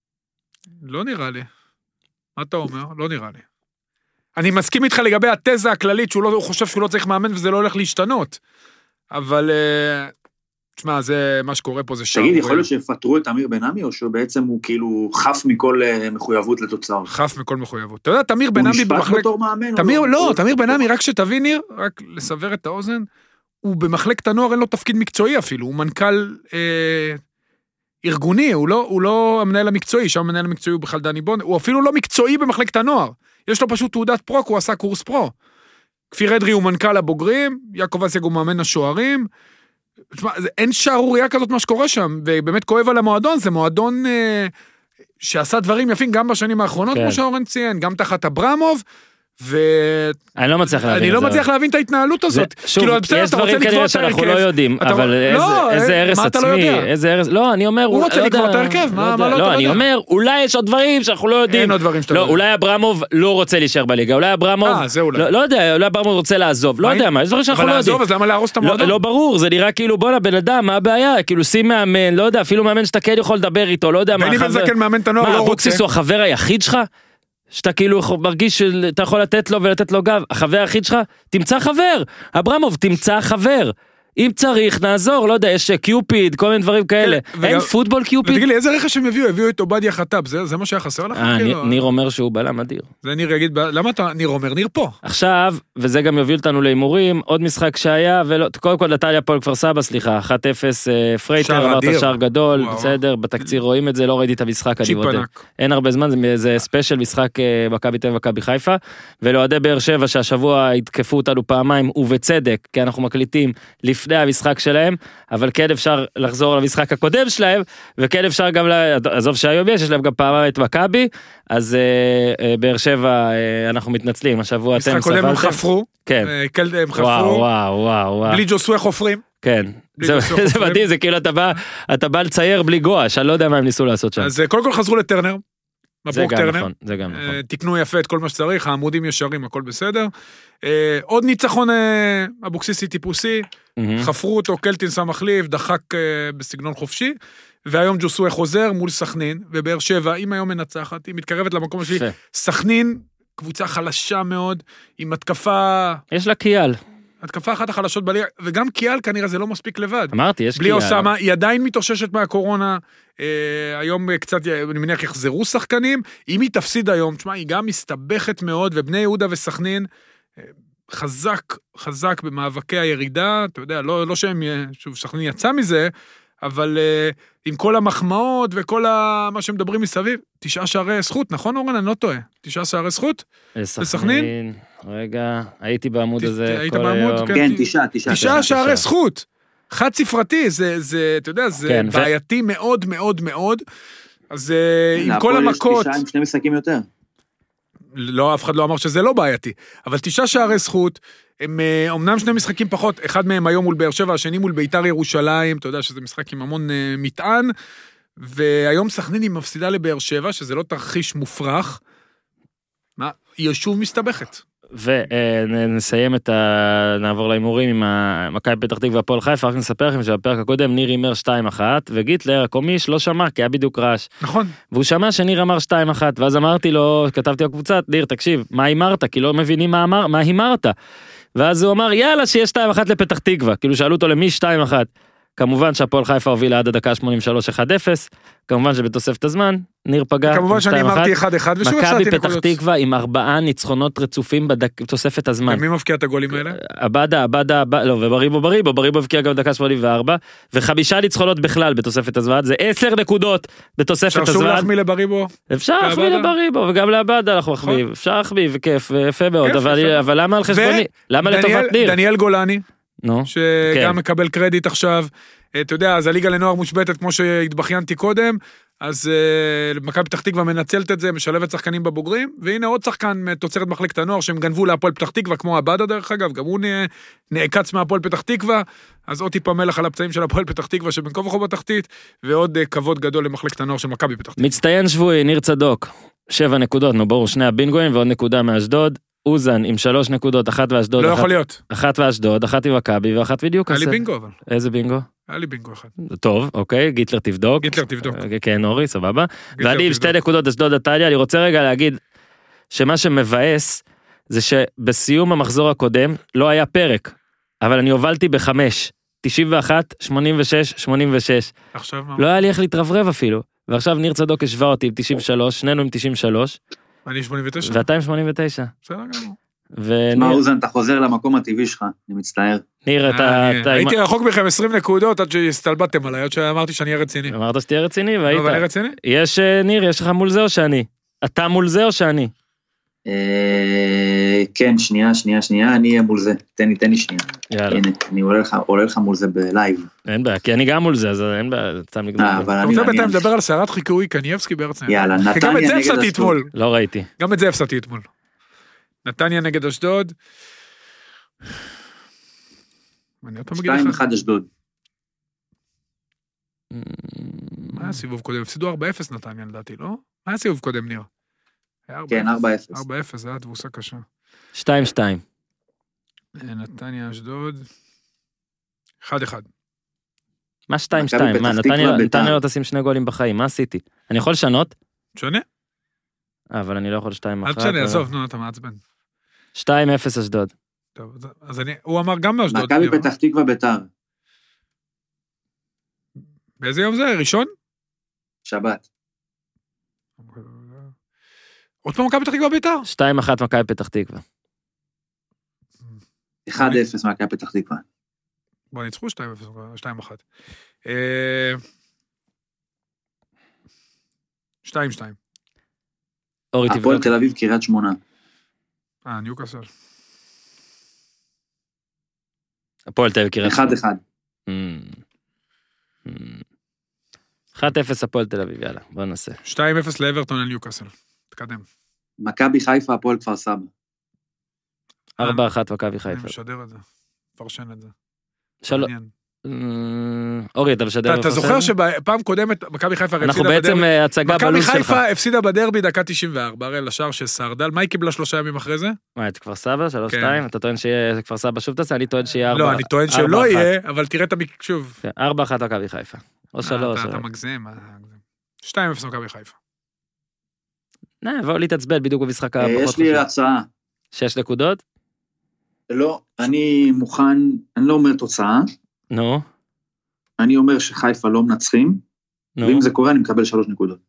לא נראה לי. מה אתה אומר? לא נראה לי. אני מסכים איתך לגבי התזה הכללית, שהוא חושב שהוא לא צריך מאמן, וזה לא הולך להשתנות. אבל, תשמע, זה מה שקורה פה, זה שם. תגיד, יכול להיות שיפטרו את אמיר בן-עמי, או שבעצם הוא כאילו חף מכל מחויבות לתוצאות? חף מכל מחויבות. אתה יודע, תמיר בן-עמי במחלק... תמיר בן-עמי, רק שתבין, ניר, רק לסבר את האוזן, הוא במחלקת הנוער אין לו תפקיד מקצועי אפילו, הוא מנכ"ל ארגוני, הוא לא המנהל המקצועי, שם המנהל המקצועי הוא בכלל דני בון, הוא אפילו לא מקצועי במחלקת הנוער, יש לו פשוט תעודת פרו, הוא עשה קורס פרו. כפיר אדרי הוא מנכ"ל הבוגרים, יעקב אסיג הוא מאמן השוערים, אין שערוריה כזאת מה שקורה שם, ובאמת כואב על המועדון, זה מועדון שעשה דברים יפים גם בשנים האחרונות, כמו שאורן ציין, גם תחת אברמוב, אני לא מצליח להבין אני לא מצליח להבין את ההתנהלות הזאת. שוב, יש דברים כנראה שאנחנו לא יודעים, אבל איזה הרס עצמי, לא, אני אומר, הוא רוצה לקבוע את ההרכב, לא, אני אומר, אולי יש עוד דברים שאנחנו לא יודעים, אולי אברמוב לא רוצה להישאר בליגה, אולי אברמוב, לא יודע, אולי אברמוב רוצה לעזוב, לא יודע מה, יש דברים שאנחנו לא יודעים. אבל לעזוב, אז למה להרוס את המועדון? לא ברור, זה נראה כאילו, בוא לבן אדם, מה הבעיה? כאילו שים מאמן, לא יודע, אפילו מאמן שאתה כן יכול לדבר איתו, לא יודע מה, אבוקסיס הוא החבר היחיד שלך? שאתה כאילו מרגיש שאתה יכול לתת לו ולתת לו גב, החבר היחיד שלך, תמצא חבר, אברמוב, תמצא חבר, אם צריך, נעזור, לא יודע, יש קיופיד, כל מיני דברים כאלה, אין פוטבול קיופיד. ותגיד לי, איזה רכש הם הביאו את עובדיה חטאב, זה מה שהיה חסר לך? ניר אומר שהוא בלם אדיר. זה ניר יגיד, למה אתה, ניר אומר, ניר פה? עכשיו, וזה גם יוביל אותנו להימורים, עוד משחק שהיה, קודם כל נתניה פועל כפר סבא, סליחה, 1-0 פרייטר, אמרת שער גדול, בסדר, בתקציר רואים את זה, לא ראיתי את המשחק, אני מודה. אין הרבה זמן, זה ספיישל משחק מכבי תל אביב ומכבי חיפה, ולאוהדי באר שבע שהשבוע התקפו אותנו פעמיים ובצדק, כי אנחנו מקליטים לפני המשחק שלהם, אבל כן אפשר לחזור למשחק הקודם שלהם, וכן אפשר גם, עזוב שהיום יש להם גם פעמיים את מכבי, אז באר שבע אנחנו מתנצלים, השבוע אתם סבלתם. משחק קודם הם חפרו, כן. הם חפרו, וואו. בלי ג'וסוי חופרים. כן, זה מדהים, זה כאילו אתה בא לצייר בלי גואש, אני לא יודע מה הם ניסו לעשות שם. אז קודם כל חזרו לטרנר, זה גם נכון, זה גם נכון. תקנו יפה את כל מה שצריך, העמודים ישרים, הכל בסדר. עוד ניצחון אבוקסיסי טיפוסי, חפרו אותו, קלטינס המחליף, דחק בסגנון חופשי, והיום ג'וסוי חוזר מול סכנין, ובאר שבע, אם היום מנצחת, היא מתקרבת למקום שלי, סכנין, קבוצה חלשה מאוד, עם התקפה... יש לה קייל. התקפה אחת החלשות בליגה, וגם קיאל כנראה זה לא מספיק לבד. אמרתי, יש בלי קיאל. אוסמה, היא עדיין מתאוששת מהקורונה, היום קצת, אני מניח, יחזרו שחקנים, אם היא תפסיד היום, תשמע, היא גם מסתבכת מאוד, ובני יהודה וסכנין, חזק במאבקי הירידה, אתה יודע, לא שהם, שוב, סכנין יצא מזה, אבל עם כל המחמאות וכל מה שמדברים מסביב, 9 שערי זכות, נכון אורן? אני לא טועה. 9 שערי זכות? לסכנין? רגע, הייתי בעמוד הזה. היית בעמוד? כן, 9 שערי זכות. חד ספרתי, זה, אתה יודע, זה בעייתי מאוד מאוד מאוד. אז עם כל המכות... 9 עם 2 משחקים יותר. לא, אף אחד לא אמר שזה לא בעייתי, אבל 9 שערי זכות, הם אומנם 2 משחקים פחות, אחד מהם היום מול באר שבע, השני מול ביתר ירושלים, אתה יודע שזה משחק עם המון מטען, והיום סכנין היא מפסידה לבאר שבע, שזה לא תרחיש מופרך, היא שוב מסתבכת. ונסיים נעבור להימורים עם מכבי פתח תקווה והפועל חיפה, רק נספר לכם שבפרק הקודם ניר הימר 2-1, וגיטלר הקומיש לא שמע, כי היה בדיוק רעש. נכון. והוא שמע שניר אמר 2-1, ואז אמרתי לו, כתבתי בקבוצה, ניר תקשיב, מה הימרת? כי לא מבינים מה הימרת. ואז הוא אמר, יאללה שיש 2-1 לפתח תקווה, כאילו שאלו אותו למי 2-1. כמובן שהפועל חיפה הובילה עד הדקה 83 1-0, כמובן שבתוספת הזמן, ניר פגע. כמובן שאני אמרתי 1-1, ושוב הפסעתי מכבי פתח תקווה עם 4 ניצחונות רצופים בתוספת הזמן. ומי מבקיע את הגולים האלה? עבדה, לא, ובריבו הבקיע גם בדקה 84, ו5 ניצחונות בכלל בתוספת הזמן, זה 10 נקודות בתוספת הזמן. אפשר שוב להחמיא לבריבו? אפשר להחמיא לבריבו, וגם לעבדה אנחנו מחמיאים, אפשר להחמיא, וכיף, ויפה מאוד, אבל למה על חשבוני? למה לטובת ניר? דניאל גולני, שגם מקבל קרדיט עכשיו, אתה יודע, אז הליגה לנוער מושבתת כמו שהתבחיינתי קודם, אז מכבי פתח תקווה מנצלת את זה, משלבת שחקנים בבוגרים, והנה עוד שחקן תוצרת מחלקת הנוער, שהם גנבו להפועל פתח תקווה, כמו עבדה דרך אגב, גם הוא נעקץ מהפועל פתח תקווה, אז עוד טיפה מלח על הפצעים של הפועל פתח תקווה, שבין כה וכה בתחתית, ועוד כבוד גדול למחלקת הנוער של מכבי פתח תקווה. מצטיין שבועי, ניר צדוק, 7 נקודות, ברור, 2 הבינגויים, ועוד נקודה מאשדוד. אוזן עם 3 נקודות, 1 ואשדוד. לא יכול להיות. 1 ואשדוד, 1 עם מכבי ו1 בדיוק. היה לי בינגו אבל. איזה בינגו? היה לי בינגו אחד. טוב, אוקיי, גיטלר תבדוק. כן, אורי, סבבה. ואני עם 2 נקודות אשדוד נתניה, אני רוצה רגע להגיד שמה שמבאס זה שבסיום המחזור הקודם לא היה פרק, אבל אני הובלתי ב5, 91, 86, 86. עכשיו מה? לא היה לי איך להתרברב אפילו. ועכשיו ניר צדוק השווה אותי עם 93, שנינו עם 93. אני 89. ואתה עם 89. בסדר גמור. מה אוזן, אתה חוזר למקום הטבעי שלך, אני מצטער. ניר, אתה... הייתי רחוק בכם 20 נקודות עד שהסתלבטתם עליי, עד שאמרתי שאני אהיה רציני. אמרת שתהיה רציני והיית... אבל אני רציני? יש, ניר, יש לך מול זה או שאני? אתה מול זה או שאני? כן, שנייה, אני אהיה מול זה. תן לי שנייה. יאללה. הנה, אני עולה לך מול זה בלייב. אין בעיה, כי אני גם מול זה, אז אין בעיה, סתם לגמור. אתה רוצה בינתיים לדבר על סערת חיקוי קנייבסקי בארץ נהדרת. יאללה, נתניה נגד אשדוד. לא ראיתי. גם את זה הפסדתי אתמול. נתניה נגד אשדוד. 2-1 אשדוד. מה היה סיבוב קודם? הפסידו 4-0 נתניה לדעתי, לא? מה היה סיבוב קודם ניר? כן, 4-0. 4-0, זה היה תבוסה קשה. 2-2. נתניה אשדוד. 1-1. מה 2-2? מה, נתניה לא תשים 2 גולים בחיים, מה עשיתי? אני יכול לשנות? שונה? אבל אני לא יכול 2-1. אל תשנה, עזוב, נו, אתה מעצבן. 2-0 אשדוד. טוב, אז הוא אמר גם מאשדוד. מכבי פתח תקווה ביתר. באיזה יום זה? ראשון? שבת. עוד פעם מכבי פתח תקווה ביתר? 2-1 מכבי פתח תקווה. 1-0 מכבי פתח תקווה. בוא ניצחו 2-1. 2-2. הפועל תל אביב קריית שמונה. ניוקאסל. הפועל תל אביב קריית שמונה. 1-1. 1-0 הפועל תל אביב, יאללה, בוא נעשה. 2-0 לאברטון על ניוקאסל. תקדם. מכבי חיפה, הפועל כפר סבא. 4-1 מכבי חיפה. אני משדר את זה. פרשן את זה. אורי, אתה משדר... אתה זוכר שפעם קודמת מכבי חיפה אנחנו בעצם הצגה בלוז שלך. מכבי חיפה הפסידה בדרבי דקה 94, הרי לשער של סרדל. מה היא קיבלה 3 ימים אחרי זה? מה, את כפר סבא, 3-2? אתה טוען שיהיה כפר סבא שוב תעשה? אני טוען שיהיה 4-1. לא, אני טוען שלא יהיה, אבל תראה את שוב. 4-1 מכבי חיפה. או 3. אתה מגזם. 2-0 מכבי חיפה. בואו להתעצבן בדיוק במשחק הפחות יש לי הצעה. 6 נקודות? לא, אני מוכן, אני לא אומר תוצאה. נו. אני אומר שחיפה לא מנצחים, ואם זה קורה אני מקבל 3 נקודות.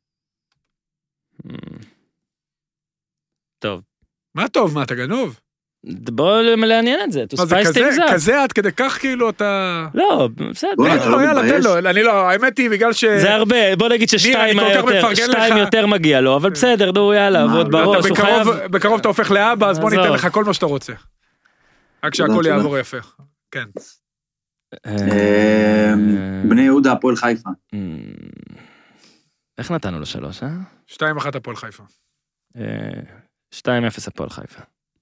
טוב. מה טוב, מה אתה גנוב? בוא לעניין את זה, to spice things up. כזה עד כדי כך כאילו אתה... לא, בסדר. יאללה, תן לו, אני לא, האמת היא בגלל ש... זה הרבה, בוא נגיד ששתיים יותר מגיע לו, אבל בסדר, נו יאללה, עבוד בראש. בקרוב אתה הופך לאבא, אז בוא ניתן לך כל מה שאתה רוצה. רק שהכל יעבור יפה. כן. בני יהודה, הפועל חיפה. איך נתנו לו 3, 2-1 הפועל חיפה. 2-0 הפועל חיפה.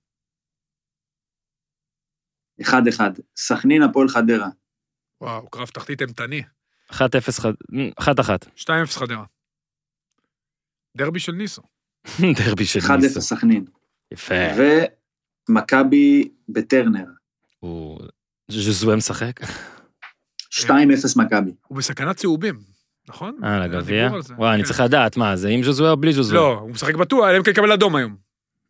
1-1, סכנין הפועל חדרה. וואו, קרב תחתית אמתני. 1-1. 2-0 חדרה. דרבי של ניסו. דרבי של ניסו. 1-0 סכנין. יפה. ומכבי בטרנר. ז'זואה משחק? 2-0 מכבי. הוא בסכנת צהובים, נכון? לגביע? וואי, אני צריך לדעת, מה, זה עם ז'זואה או בלי ז'זואה? לא, הוא משחק בטוח, אלא אם כן יקבל אדום היום.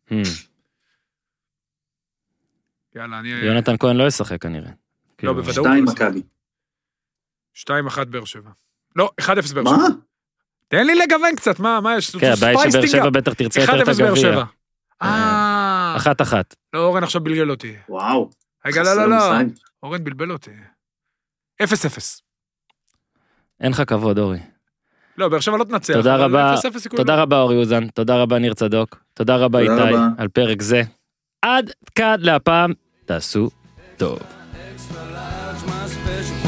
יונתן כהן לא ישחק כנראה. לא, בוודאות. 2 מכבי. 2-1 באר שבע. לא, 1-0 באר שבע. מה? תן לי לגוון קצת, מה יש? כן, הבית שבאר שבע בטח תרצה יותר את הגביע. 1-1. לא, אורן עכשיו בלגל אותי. וואו. רגע, לא. אורן בלבל אותי. 0-0. אין לך כבוד, אורי. לא, באר שבע לא תנצח. תודה רבה, אורי אוזן. תודה רבה, ניר צדוק. תודה רבה, איתי, על פרק זה. עד כאן להפעם, תעשו טוב.